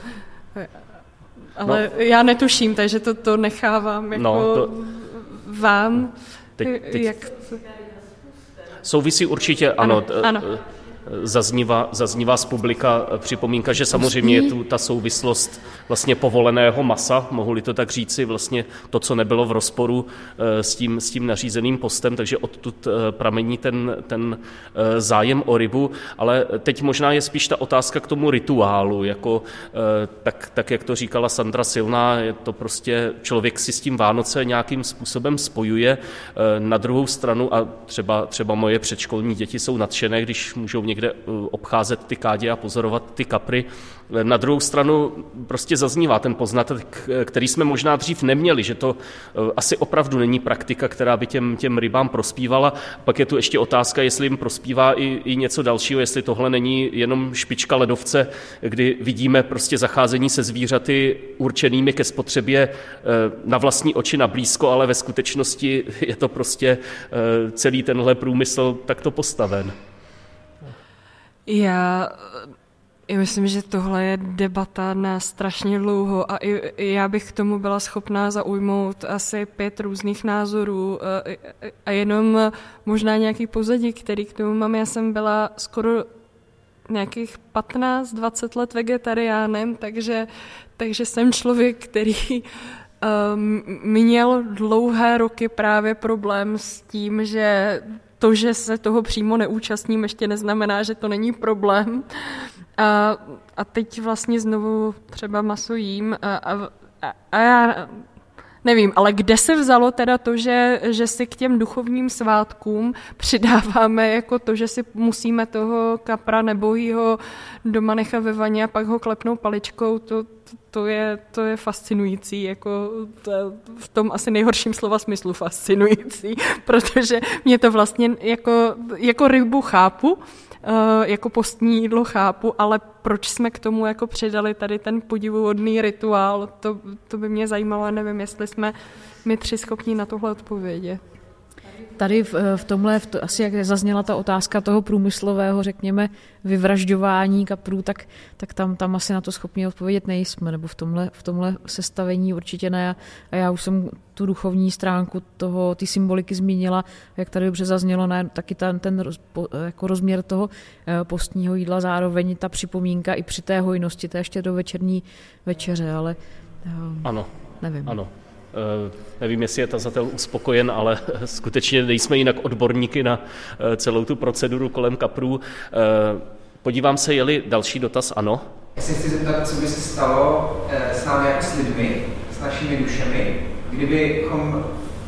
Ale já netuším, takže to nechávám jako vám. Jak... Souvisí určitě, ano. Zaznívá z publika připomínka, že samozřejmě je tu ta souvislost vlastně povoleného masa, mohu-li to tak říci, vlastně to, co nebylo v rozporu s tím nařízeným postem, takže odtud pramení ten zájem o rybu, ale teď možná je spíš ta otázka k tomu rituálu, jako tak jak to říkala Sandra Silná, je to prostě člověk si s tím Vánoce nějakým způsobem spojuje. Na druhou stranu, a třeba moje předškolní děti jsou nadšené, když můžou někde obcházet ty kádě a pozorovat ty kapry. Na druhou stranu prostě zaznívá ten poznatek, který jsme možná dřív neměli, že to asi opravdu není praktika, která by těm rybám prospívala. Pak je tu ještě otázka, jestli jim prospívá i něco dalšího, jestli tohle není jenom špička ledovce, kdy vidíme prostě zacházení se zvířaty určenými ke spotřebě na vlastní oči na blízko, ale ve skutečnosti je to prostě celý tenhle průmysl takto postaven. Já myslím, že tohle je debata na strašně dlouho a i já bych k tomu byla schopná zaujmout asi 5 různých názorů a jenom možná nějaký pozadí, který k tomu mám. Já jsem byla skoro nějakých 15-20 let vegetariánem, takže jsem člověk, který měl dlouhé roky právě problém s tím, že to, že se toho přímo neúčastním, ještě neznamená, že to není problém. A teď vlastně znovu třeba maso jím a já Nevím, ale kde se vzalo teda to, že si k těm duchovním svátkům přidáváme jako to, že si musíme toho kapra nebohýho doma nechat ve vaně a pak ho klepnout paličkou, to je fascinující, jako v tom asi nejhorším slova smyslu fascinující, protože mě to vlastně jako rybu chápu, jako postní jídlo chápu, ale proč jsme k tomu jako přidali tady ten podivuhodný rituál, to by mě zajímalo a nevím, jestli jsme my tři schopní na tohle odpovědět. Tady v tomhle, asi jak zazněla ta otázka toho průmyslového, řekněme, vyvražďování kaprů, tak tam asi na to schopni odpovědět nejsme, nebo v tomhle sestavení určitě ne. A já už jsem tu duchovní stránku ty symboliky zmínila, jak tady dobře zaznělo, taky ten jako rozměr toho postního jídla, zároveň ta připomínka i při té hojnosti, té ještě do večerní večeře, ale ano, nevím. Ano. Nevím, jestli je tazatel uspokojen, ale skutečně nejsme jinak odborníky na celou tu proceduru kolem kaprů. Podívám se, je-li další dotaz, ano? Já se chci zeptat, co by se stalo s námi jako s lidmi, s našimi dušemi, kdybychom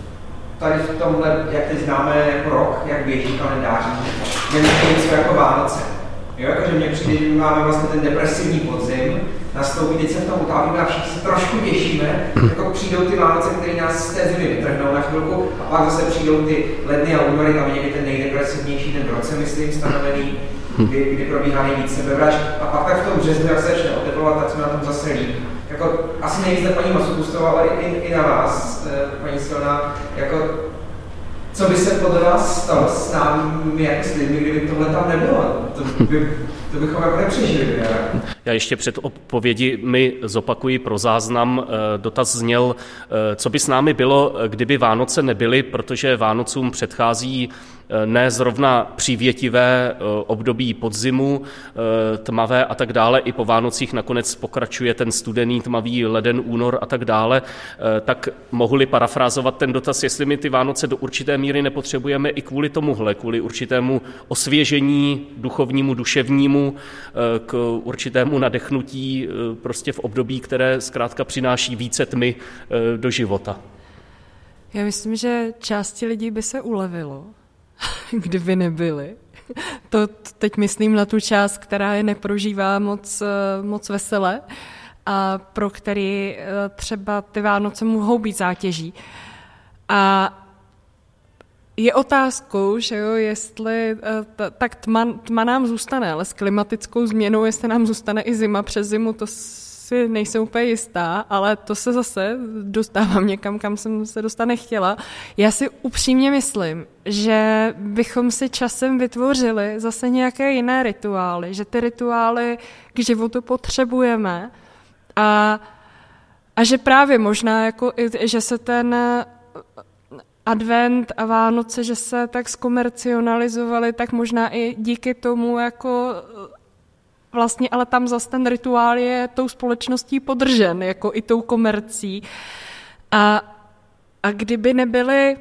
tady v tomhle, jak teď známe jako rok, jak běží kalendář, měli něco jako Vánoce. Jo, jakože mně přijde, že máme vlastně ten depresivní podzim, nastoupí, teď se v tom utávíme a všichni se trošku těšíme, jako přijdou ty Vánoce, které nás z té zimy vytrhnou na chvilku a pak zase přijdou ty ledny a únory, tam je někdy ten nejdepresivnější ten v roce, myslím, stanovený, kdy probíhá nejvíc sebevražd a pak tak v tom březnu, jak se začne oteplovat, tak jsme na tom zase líp. Jako asi nejvíc na paní Masopustovou, ale i na vás, paní Silná, jako co by se podle vás stalo s námi jako s lidmi, kdyby tohle tam nebylo? To bychom jako nepřežili. Ne? Já ještě před odpovědi zopakuji pro záznam. Dotaz zněl, co by s námi bylo, kdyby Vánoce nebyly, protože Vánocům předchází ne zrovna přívětivé období podzimu, tmavé a tak dále. I po Vánocích nakonec pokračuje ten studený, tmavý leden, únor a tak dále. Tak mohu-li parafrázovat ten dotaz, jestli my ty Vánoce do určité míry nepotřebujeme i kvůli tomuhle, kvůli určitému osvěžení duchovnímu, duševnímu, k určitému nadechnutí prostě v období, které zkrátka přináší více tmy do života. Já myslím, že části lidí by se ulevilo, kdyby nebyli. To teď myslím na tu část, která je neprožívá moc vesele a pro který třeba ty Vánoce mohou být zátěží. A je otázkou, že jo, jestli tak tma nám zůstane, ale s klimatickou změnou, jestli nám zůstane i zima přes zimu, to si nejsem úplně jistá, ale to se zase dostávám někam, kam jsem se dostat nechtěla. Já si upřímně myslím, že bychom si časem vytvořili zase nějaké jiné rituály, že ty rituály k životu potřebujeme a že právě možná, jako, že se ten advent a Vánoce, že se tak zkomercionalizovaly, tak možná i díky tomu jako vlastně, ale tam zase ten rituál je tou společností podržen, jako i tou komercí. A kdyby nebyly,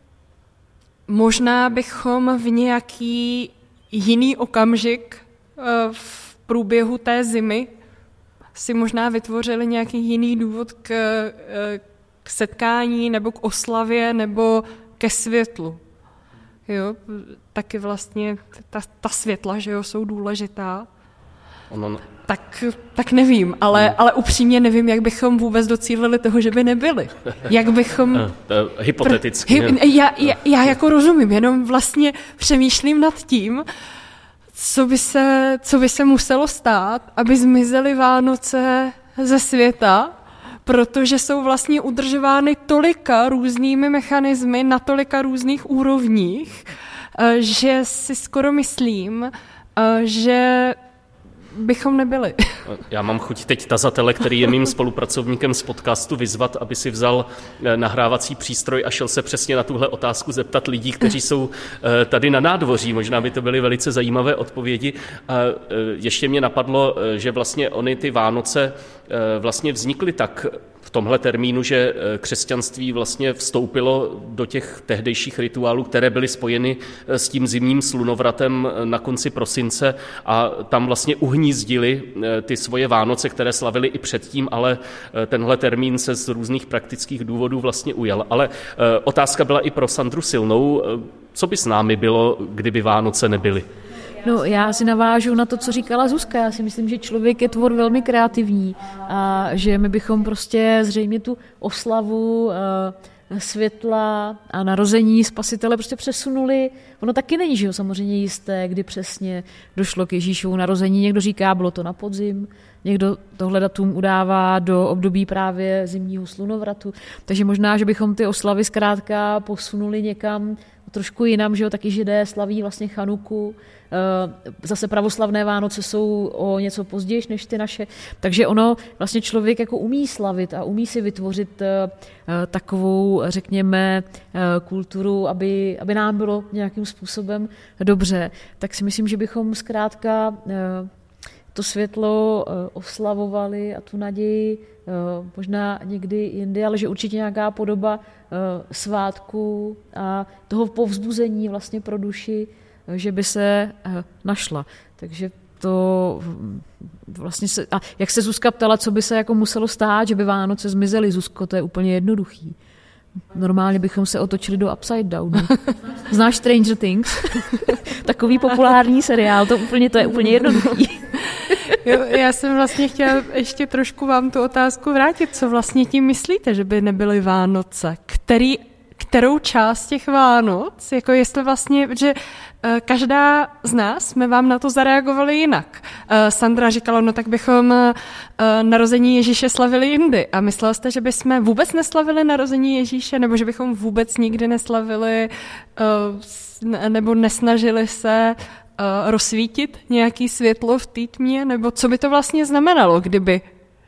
možná bychom v nějaký jiný okamžik v průběhu té zimy si možná vytvořili nějaký jiný důvod k setkání nebo k oslavě nebo ke světlu. Jo, taky vlastně ta světla, že jo, jsou důležitá. Tak nevím, ale upřímně nevím, jak bychom vůbec docílili toho, že by nebyli. Jak bychom... Hypoteticky. Já jako rozumím, jenom vlastně přemýšlím nad tím, co by se muselo stát, aby zmizely Vánoce ze světa, protože jsou vlastně udržovány tolika různými mechanismy na tolika různých úrovních, že si skoro myslím, že bychom nebyli. Já mám chuť teď tazatele, který je mým spolupracovníkem z podcastu, vyzvat, aby si vzal nahrávací přístroj a šel se přesně na tuhle otázku zeptat lidí, kteří jsou tady na nádvoří. Možná by to byly velice zajímavé odpovědi. A ještě mě napadlo, že vlastně ony ty Vánoce vlastně vznikly tak v tomhle termínu, že křesťanství vlastně vstoupilo do těch tehdejších rituálů, které byly spojeny s tím zimním slunovratem na konci prosince a tam vlastně uhnízdili ty svoje Vánoce, které slavili i předtím, ale tenhle termín se z různých praktických důvodů vlastně ujel. Ale otázka byla i pro Sandru Silnou, co by s námi bylo, kdyby Vánoce nebyly? No, já si navážu na to, co říkala Zuzka. Já si myslím, že člověk je tvor velmi kreativní a že my bychom prostě zřejmě tu oslavu světla a narození Spasitele prostě přesunuli. Ono taky není, že jo, samozřejmě jisté, kdy přesně došlo k Ježíšovu narození. Někdo říká, bylo to na podzim, někdo tohle datum udává do období právě zimního slunovratu. Takže možná, že bychom ty oslavy zkrátka posunuli někam trošku jinam, že jo, taky Židé slaví vlastně Chanuku. Zase pravoslavné Vánoce jsou o něco později než ty naše. Takže ono vlastně člověk jako umí slavit a umí si vytvořit takovou, řekněme, kulturu, aby nám bylo nějakým způsobem dobře. Tak si myslím, že bychom zkrátka to světlo oslavovali a tu naději možná někdy jindy, ale že určitě nějaká podoba svátku a toho povzbuzení vlastně pro duši, že by se našla. Takže to vlastně se, a jak se Zuzka ptala, co by se jako muselo stát, že by Vánoce zmizely, Zuzko, to je úplně jednoduchý. Normálně bychom se otočili do Upside Downu. Znáš Stranger Things? Takový populární seriál, to je úplně jednoduchý. Jo, já jsem vlastně chtěla ještě trošku vám tu otázku vrátit. Co vlastně tím myslíte, že by nebyly Vánoce? Kterou část těch Vánoc, jako jestli vlastně, že každá z nás jsme vám na to zareagovali jinak. Sandra říkala, no tak bychom narození Ježíše slavili jindy. A myslela jste, že bychom vůbec neslavili narození Ježíše, nebo že bychom vůbec nikdy neslavili nebo nesnažili se rozsvítit nějaký světlo v té tmě, nebo co by to vlastně znamenalo, kdyby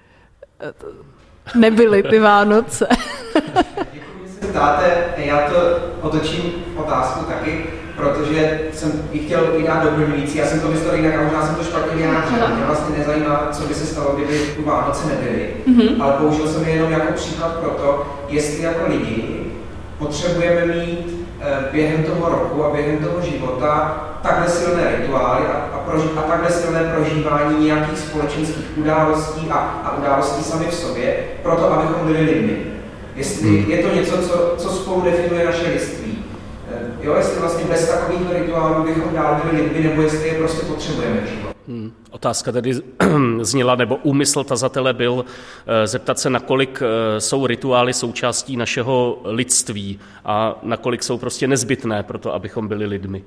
nebyly ty Vánoce? Ptáte, já to otočím otázku taky, protože jsem ji chtěl dát doplňující, já jsem to myslel jinak a možná jsem to špatně vyjádřil. Mě vlastně nezajímá, co by se stalo, kdyby tu Vánoce nebyly, ale použil jsem je jenom jako příklad pro to, jestli jako lidi potřebujeme mít během toho roku a během toho života takhle silné rituály a takhle silné prožívání nějakých společenských událostí a událostí sami v sobě, proto abychom byli lidmi. Jestli je to něco, co spolu definuje naše lidství. Jo, jestli vlastně bez takových rituálů bychom dál byli lidmi, nebo jestli je prostě potřebujeme život. Otázka tedy zněla, nebo úmysl tazatele byl zeptat se, nakolik jsou rituály součástí našeho lidství a nakolik jsou prostě nezbytné pro to, abychom byli lidmi.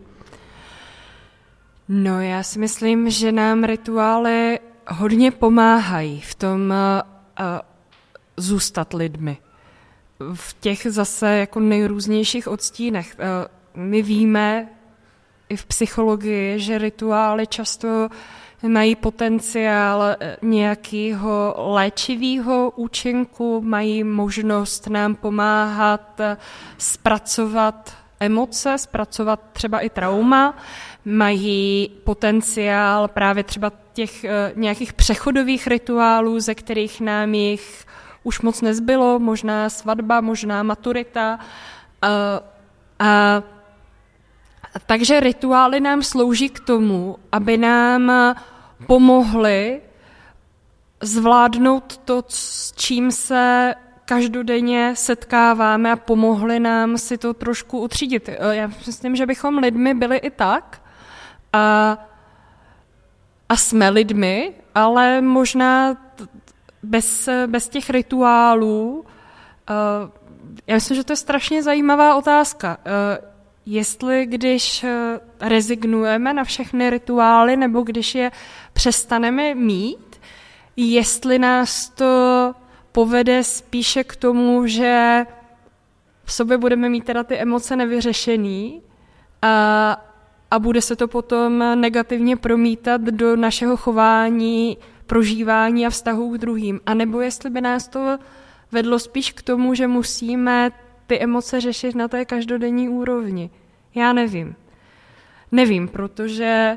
No, já si myslím, že nám rituály hodně pomáhají v tom zůstat lidmi. V těch zase jako nejrůznějších odstínech. My víme i v psychologii, že rituály často mají potenciál nějakého léčivého účinku, mají možnost nám pomáhat zpracovat emoce, zpracovat třeba i trauma, mají potenciál právě třeba těch nějakých přechodových rituálů, ze kterých nám jich už moc nezbylo, možná svatba, možná maturita. Takže rituály nám slouží k tomu, aby nám pomohli zvládnout to, s čím se každodenně setkáváme a pomohli nám si to trošku utřídit. Já myslím, že bychom lidmi byli i tak a jsme lidmi, ale možná bez těch rituálů. Já myslím, že to je strašně zajímavá otázka. Jestli když rezignujeme na všechny rituály nebo když je přestaneme mít, jestli nás to povede spíše k tomu, že v sobě budeme mít teda ty emoce nevyřešený a bude se to potom negativně promítat do našeho chování, prožívání a vztahu k druhým. A nebo jestli by nás to vedlo spíš k tomu, že musíme ty emoce řešit na té každodenní úrovni. Já nevím. Nevím, protože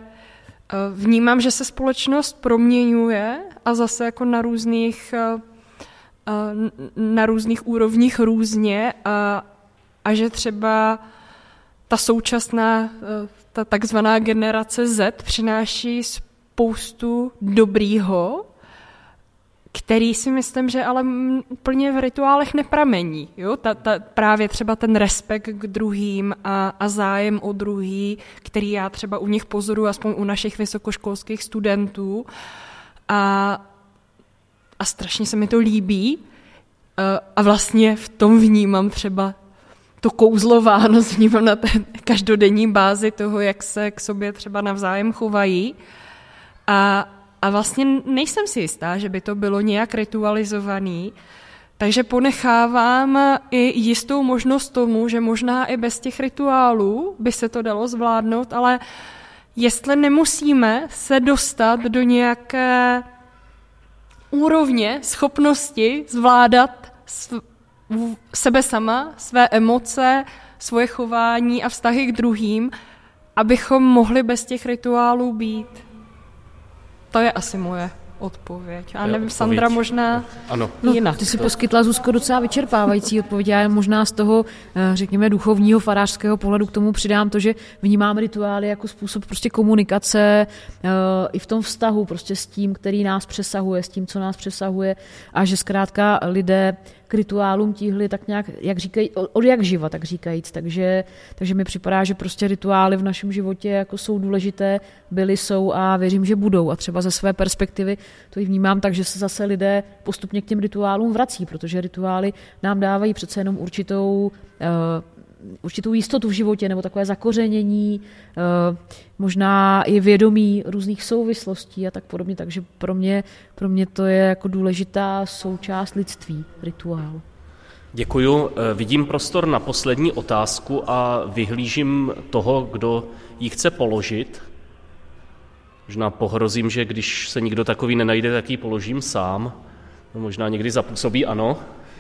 vnímám, že se společnost proměňuje a zase jako na různých na různých úrovních různě a že třeba ta současná, ta takzvaná generace Z přináší spoustu dobrýho, který si myslím, že ale úplně v rituálech nepramení. Jo? Právě třeba ten respekt k druhým a zájem o druhý, který já třeba u nich pozoruji, aspoň u našich vysokoškolských studentů. A strašně se mi to líbí. A vlastně v tom vnímám třeba to kouzlo Vánoc, vnímám na té každodenní bázi toho, jak se k sobě třeba navzájem chovají. A vlastně nejsem si jistá, že by to bylo nějak ritualizovaný, takže ponechávám i jistou možnost tomu, že možná i bez těch rituálů by se to dalo zvládnout, ale jestli nemusíme se dostat do nějaké úrovně schopnosti zvládat sebe sama, své emoce, svoje chování a vztahy k druhým, abychom mohli bez těch rituálů být. To je asi moje odpověď. A nevím, Sandra, možná ano. Jinak. Ty si poskytla, Zuzko, docela vyčerpávající odpověď. Já možná z toho, řekněme, duchovního farářského pohledu k tomu přidám to, že vnímám rituály jako způsob prostě komunikace i v tom vztahu prostě s tím, který nás přesahuje, s tím, co nás přesahuje a že zkrátka lidé k rituálům tíhli tak nějak, jak říkají, od jak živa, tak říkajíc. Takže mi připadá, že prostě rituály v našem životě jako jsou důležité, byly, jsou a věřím, že budou. A třeba ze své perspektivy to i vnímám tak, že se zase lidé postupně k těm rituálům vrací, protože rituály nám dávají přece jenom určitou jistotu v životě nebo takové zakořenění, možná i vědomí různých souvislostí a tak podobně. Takže pro mě to je jako důležitá součást lidství, rituál. Děkuju. Vidím prostor na poslední otázku a vyhlížím toho, kdo ji chce položit. Možná pohrozím, že když se nikdo takový nenajde, tak ji položím sám. No, možná někdy zapůsobí ano.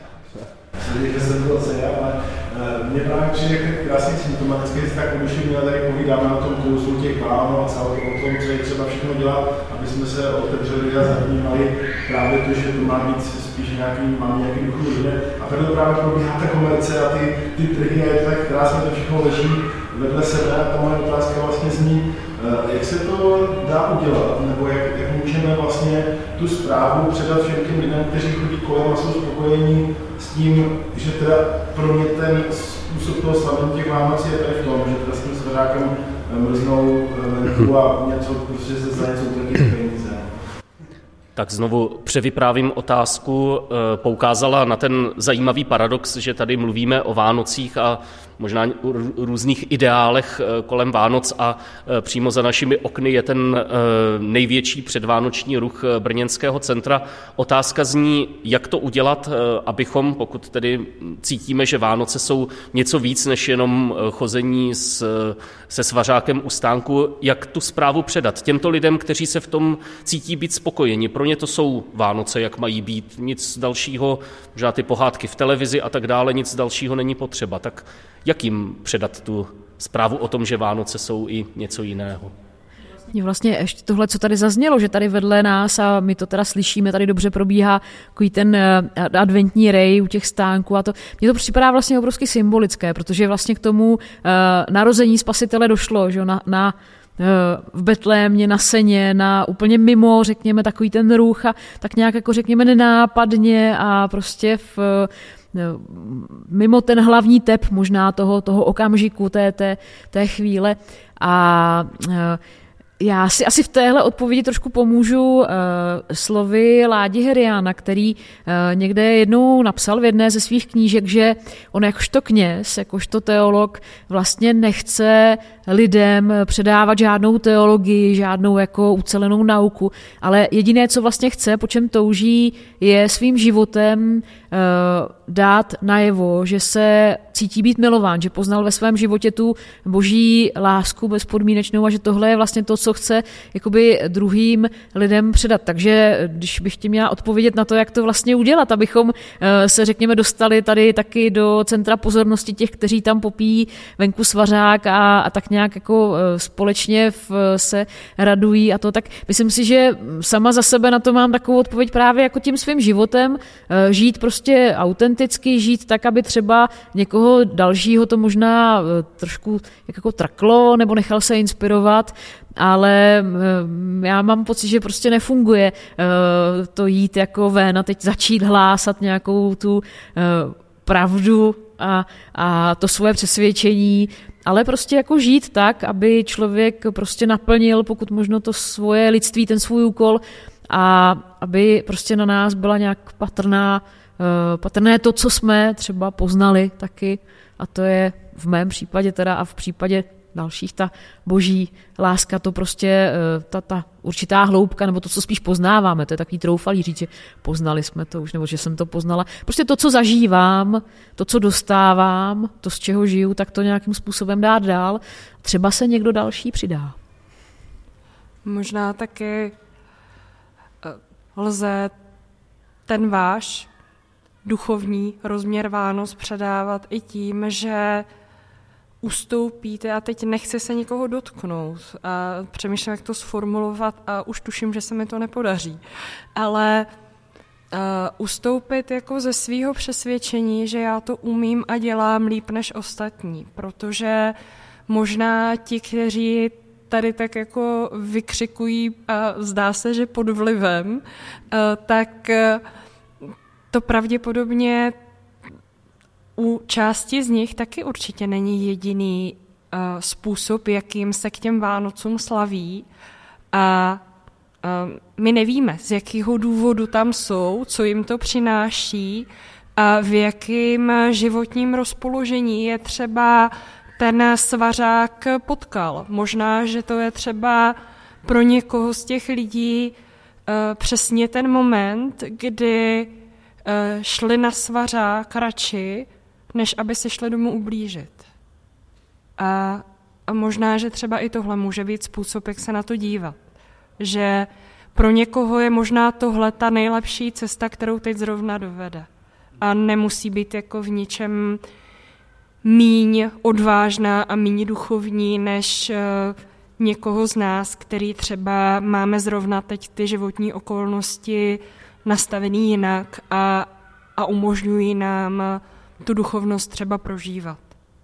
Mně právě přijde krásně symptomaticky, že tak když my tady povídáme na tom kouzlu těch Vánoc a o tom, co je třeba všechno dělat, aby jsme se otevřeli a zavnímali právě to, že to má být spíš nějaký duchovní lidé. A tady právě probíhá ta komerce a ty trhy a je to tak krásně, to všechno leží vedle sebe a ta moje otázka vlastně zní, jak se to dá udělat, nebo jak můžeme vlastně tu zprávu předat všem těm lidem, kteří chodí kolem a jsou spokojení s tím, že teda pro mě ten způsob toho slavení těch Vánoc je tady v tom, že teda s tím svěřákem mrznou venku a něco prostě se za něco utratí peníze. Tak znovu převyprávím otázku. Poukázala na ten zajímavý paradox, že tady mluvíme o Vánocích a možná o různých ideálech kolem Vánoc a přímo za našimi okny je ten největší předvánoční ruch brněnského centra. Otázka zní, jak to udělat, abychom, pokud tedy cítíme, že Vánoce jsou něco víc než jenom chození se svařákem u stánku, jak tu zprávu předat těmto lidem, kteří se v tom cítí být spokojeni. Pro ně to jsou Vánoce, jak mají být, nic dalšího, možná ty pohádky v televizi a tak dále, nic dalšího není potřeba. Tak jak jim předat tu zprávu o tom, že Vánoce jsou i něco jiného? Mě vlastně ještě tohle, co tady zaznělo, že tady vedle nás, a my to teda slyšíme, tady dobře probíhá takový ten adventní rej u těch stánků a to, mně to připadá vlastně obrovsky symbolické, protože vlastně k tomu narození Spasitele došlo, že v Betlémě, na Seně, na úplně mimo, řekněme, takový ten ruch a tak nějak jako řekněme nenápadně a prostě mimo ten hlavní tep možná toho okamžiku, té chvíle a já si asi v téhle odpovědi trošku pomůžu slovy Ládi Heriána, který někde jednou napsal v jedné ze svých knížek, že on jakožto kněz, jakožto teolog vlastně nechce lidem předávat žádnou teologii, žádnou jako ucelenou nauku, ale jediné, co vlastně chce, po čem touží, je svým životem dát najevo, že se cítí být milován, že poznal ve svém životě tu boží lásku bezpodmínečnou a že tohle je vlastně to, co chce jakoby druhým lidem předat. Takže když bych ti měla odpovědět na to, jak to vlastně udělat, abychom se, řekněme, dostali tady taky do centra pozornosti těch, kteří tam popíjí venku svařák a tak nějak jako společně se radují a to, tak myslím si, že sama za sebe na to mám takovou odpověď právě jako tím svým životem, žít prostě autenticky, žít tak, aby třeba někoho dalšího to možná trošku jako traklo nebo nechal se inspirovat, ale já mám pocit, že prostě nefunguje to jít jako ven a teď začít hlásat nějakou tu pravdu a to svoje přesvědčení, ale prostě jako žít tak, aby člověk prostě naplnil pokud možno to svoje lidství, ten svůj úkol a aby prostě na nás byla nějak patrné to, co jsme třeba poznali taky, a to je v mém případě teda a v případě dalších ta boží láska, to prostě ta určitá hloubka, nebo to, co spíš poznáváme, to je takový troufalý říct, že poznali jsme to už, nebo že jsem to poznala. Prostě to, co zažívám, to, co dostávám, to, z čeho žiju, tak to nějakým způsobem dát dál. Třeba se někdo další přidá. Možná taky lze ten váš duchovní rozměr Vánoc předávat i tím, že ustoupíte a teď nechci se nikoho dotknout a přemýšlím, jak to sformulovat a už tuším, že se mi to nepodaří. Ale ustoupit jako ze svého přesvědčení, že já to umím a dělám líp než ostatní, protože možná ti, kteří tady tak jako vykřikují a zdá se, že pod vlivem, tak to pravděpodobně u části z nich taky určitě není jediný způsob, jakým se k těm Vánocům slaví. A my nevíme, z jakého důvodu tam jsou, co jim to přináší a v jakém životním rozpoložení je třeba ten svařák potkal. Možná, že to je třeba pro někoho z těch lidí přesně ten moment, kdy šli na svařák radši, než aby si šli domů ublížit. A možná, že třeba i tohle může být způsob, jak se na to dívat. Že pro někoho je možná tohle ta nejlepší cesta, kterou teď zrovna dovede. A nemusí být jako v ničem míň odvážná a míň duchovní, než někoho z nás, který třeba máme zrovna teď ty životní okolnosti nastavený jinak a umožňují nám tu duchovnost třeba prožívat.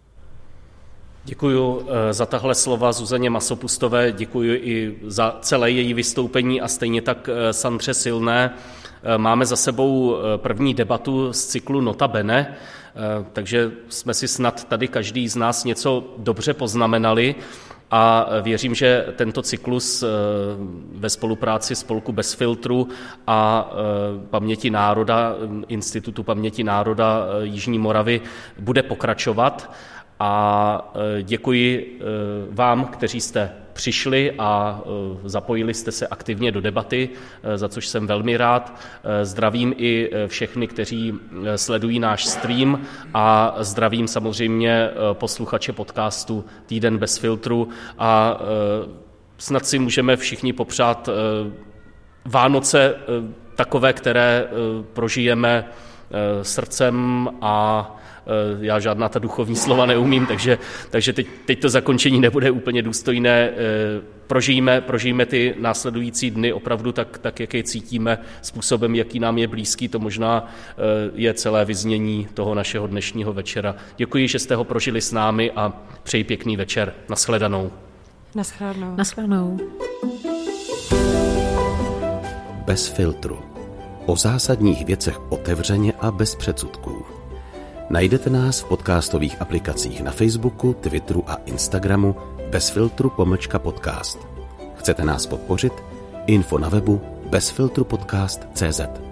Děkuji za tahle slova Zuzaně Masopustové, děkuji i za celé její vystoupení a stejně tak Sandře Silné. Máme za sebou první debatu z cyklu Nota Bene, takže jsme si snad tady každý z nás něco dobře poznamenali a věřím, že tento cyklus ve spolupráci Spolku Bez filtru a Paměti národa, Institutu paměti národa Jižní Moravy bude pokračovat. A děkuji vám, kteří jste přišli a zapojili jste se aktivně do debaty, za což jsem velmi rád. Zdravím i všechny, kteří sledují náš stream a zdravím samozřejmě posluchače podcastu Týden bez filtru a snad si můžeme všichni popřát Vánoce takové, které prožijeme srdcem a já žádná ta duchovní slova neumím, takže teď to zakončení nebude úplně důstojné. Prožijme ty následující dny opravdu tak, jak je cítíme, způsobem, jaký nám je blízký. To možná je celé vyznění toho našeho dnešního večera. Děkuji, že jste ho prožili s námi a přeji pěkný večer. Nashledanou. Nashledanou. Nashledanou. Bez filtru. O zásadních věcech otevřeně a bez předsudků. Najdete nás v podcastových aplikacích na Facebooku, Twitteru a Instagramu bez filtru _podcast. Chcete nás podpořit? Info na webu bezfiltrupodcast.cz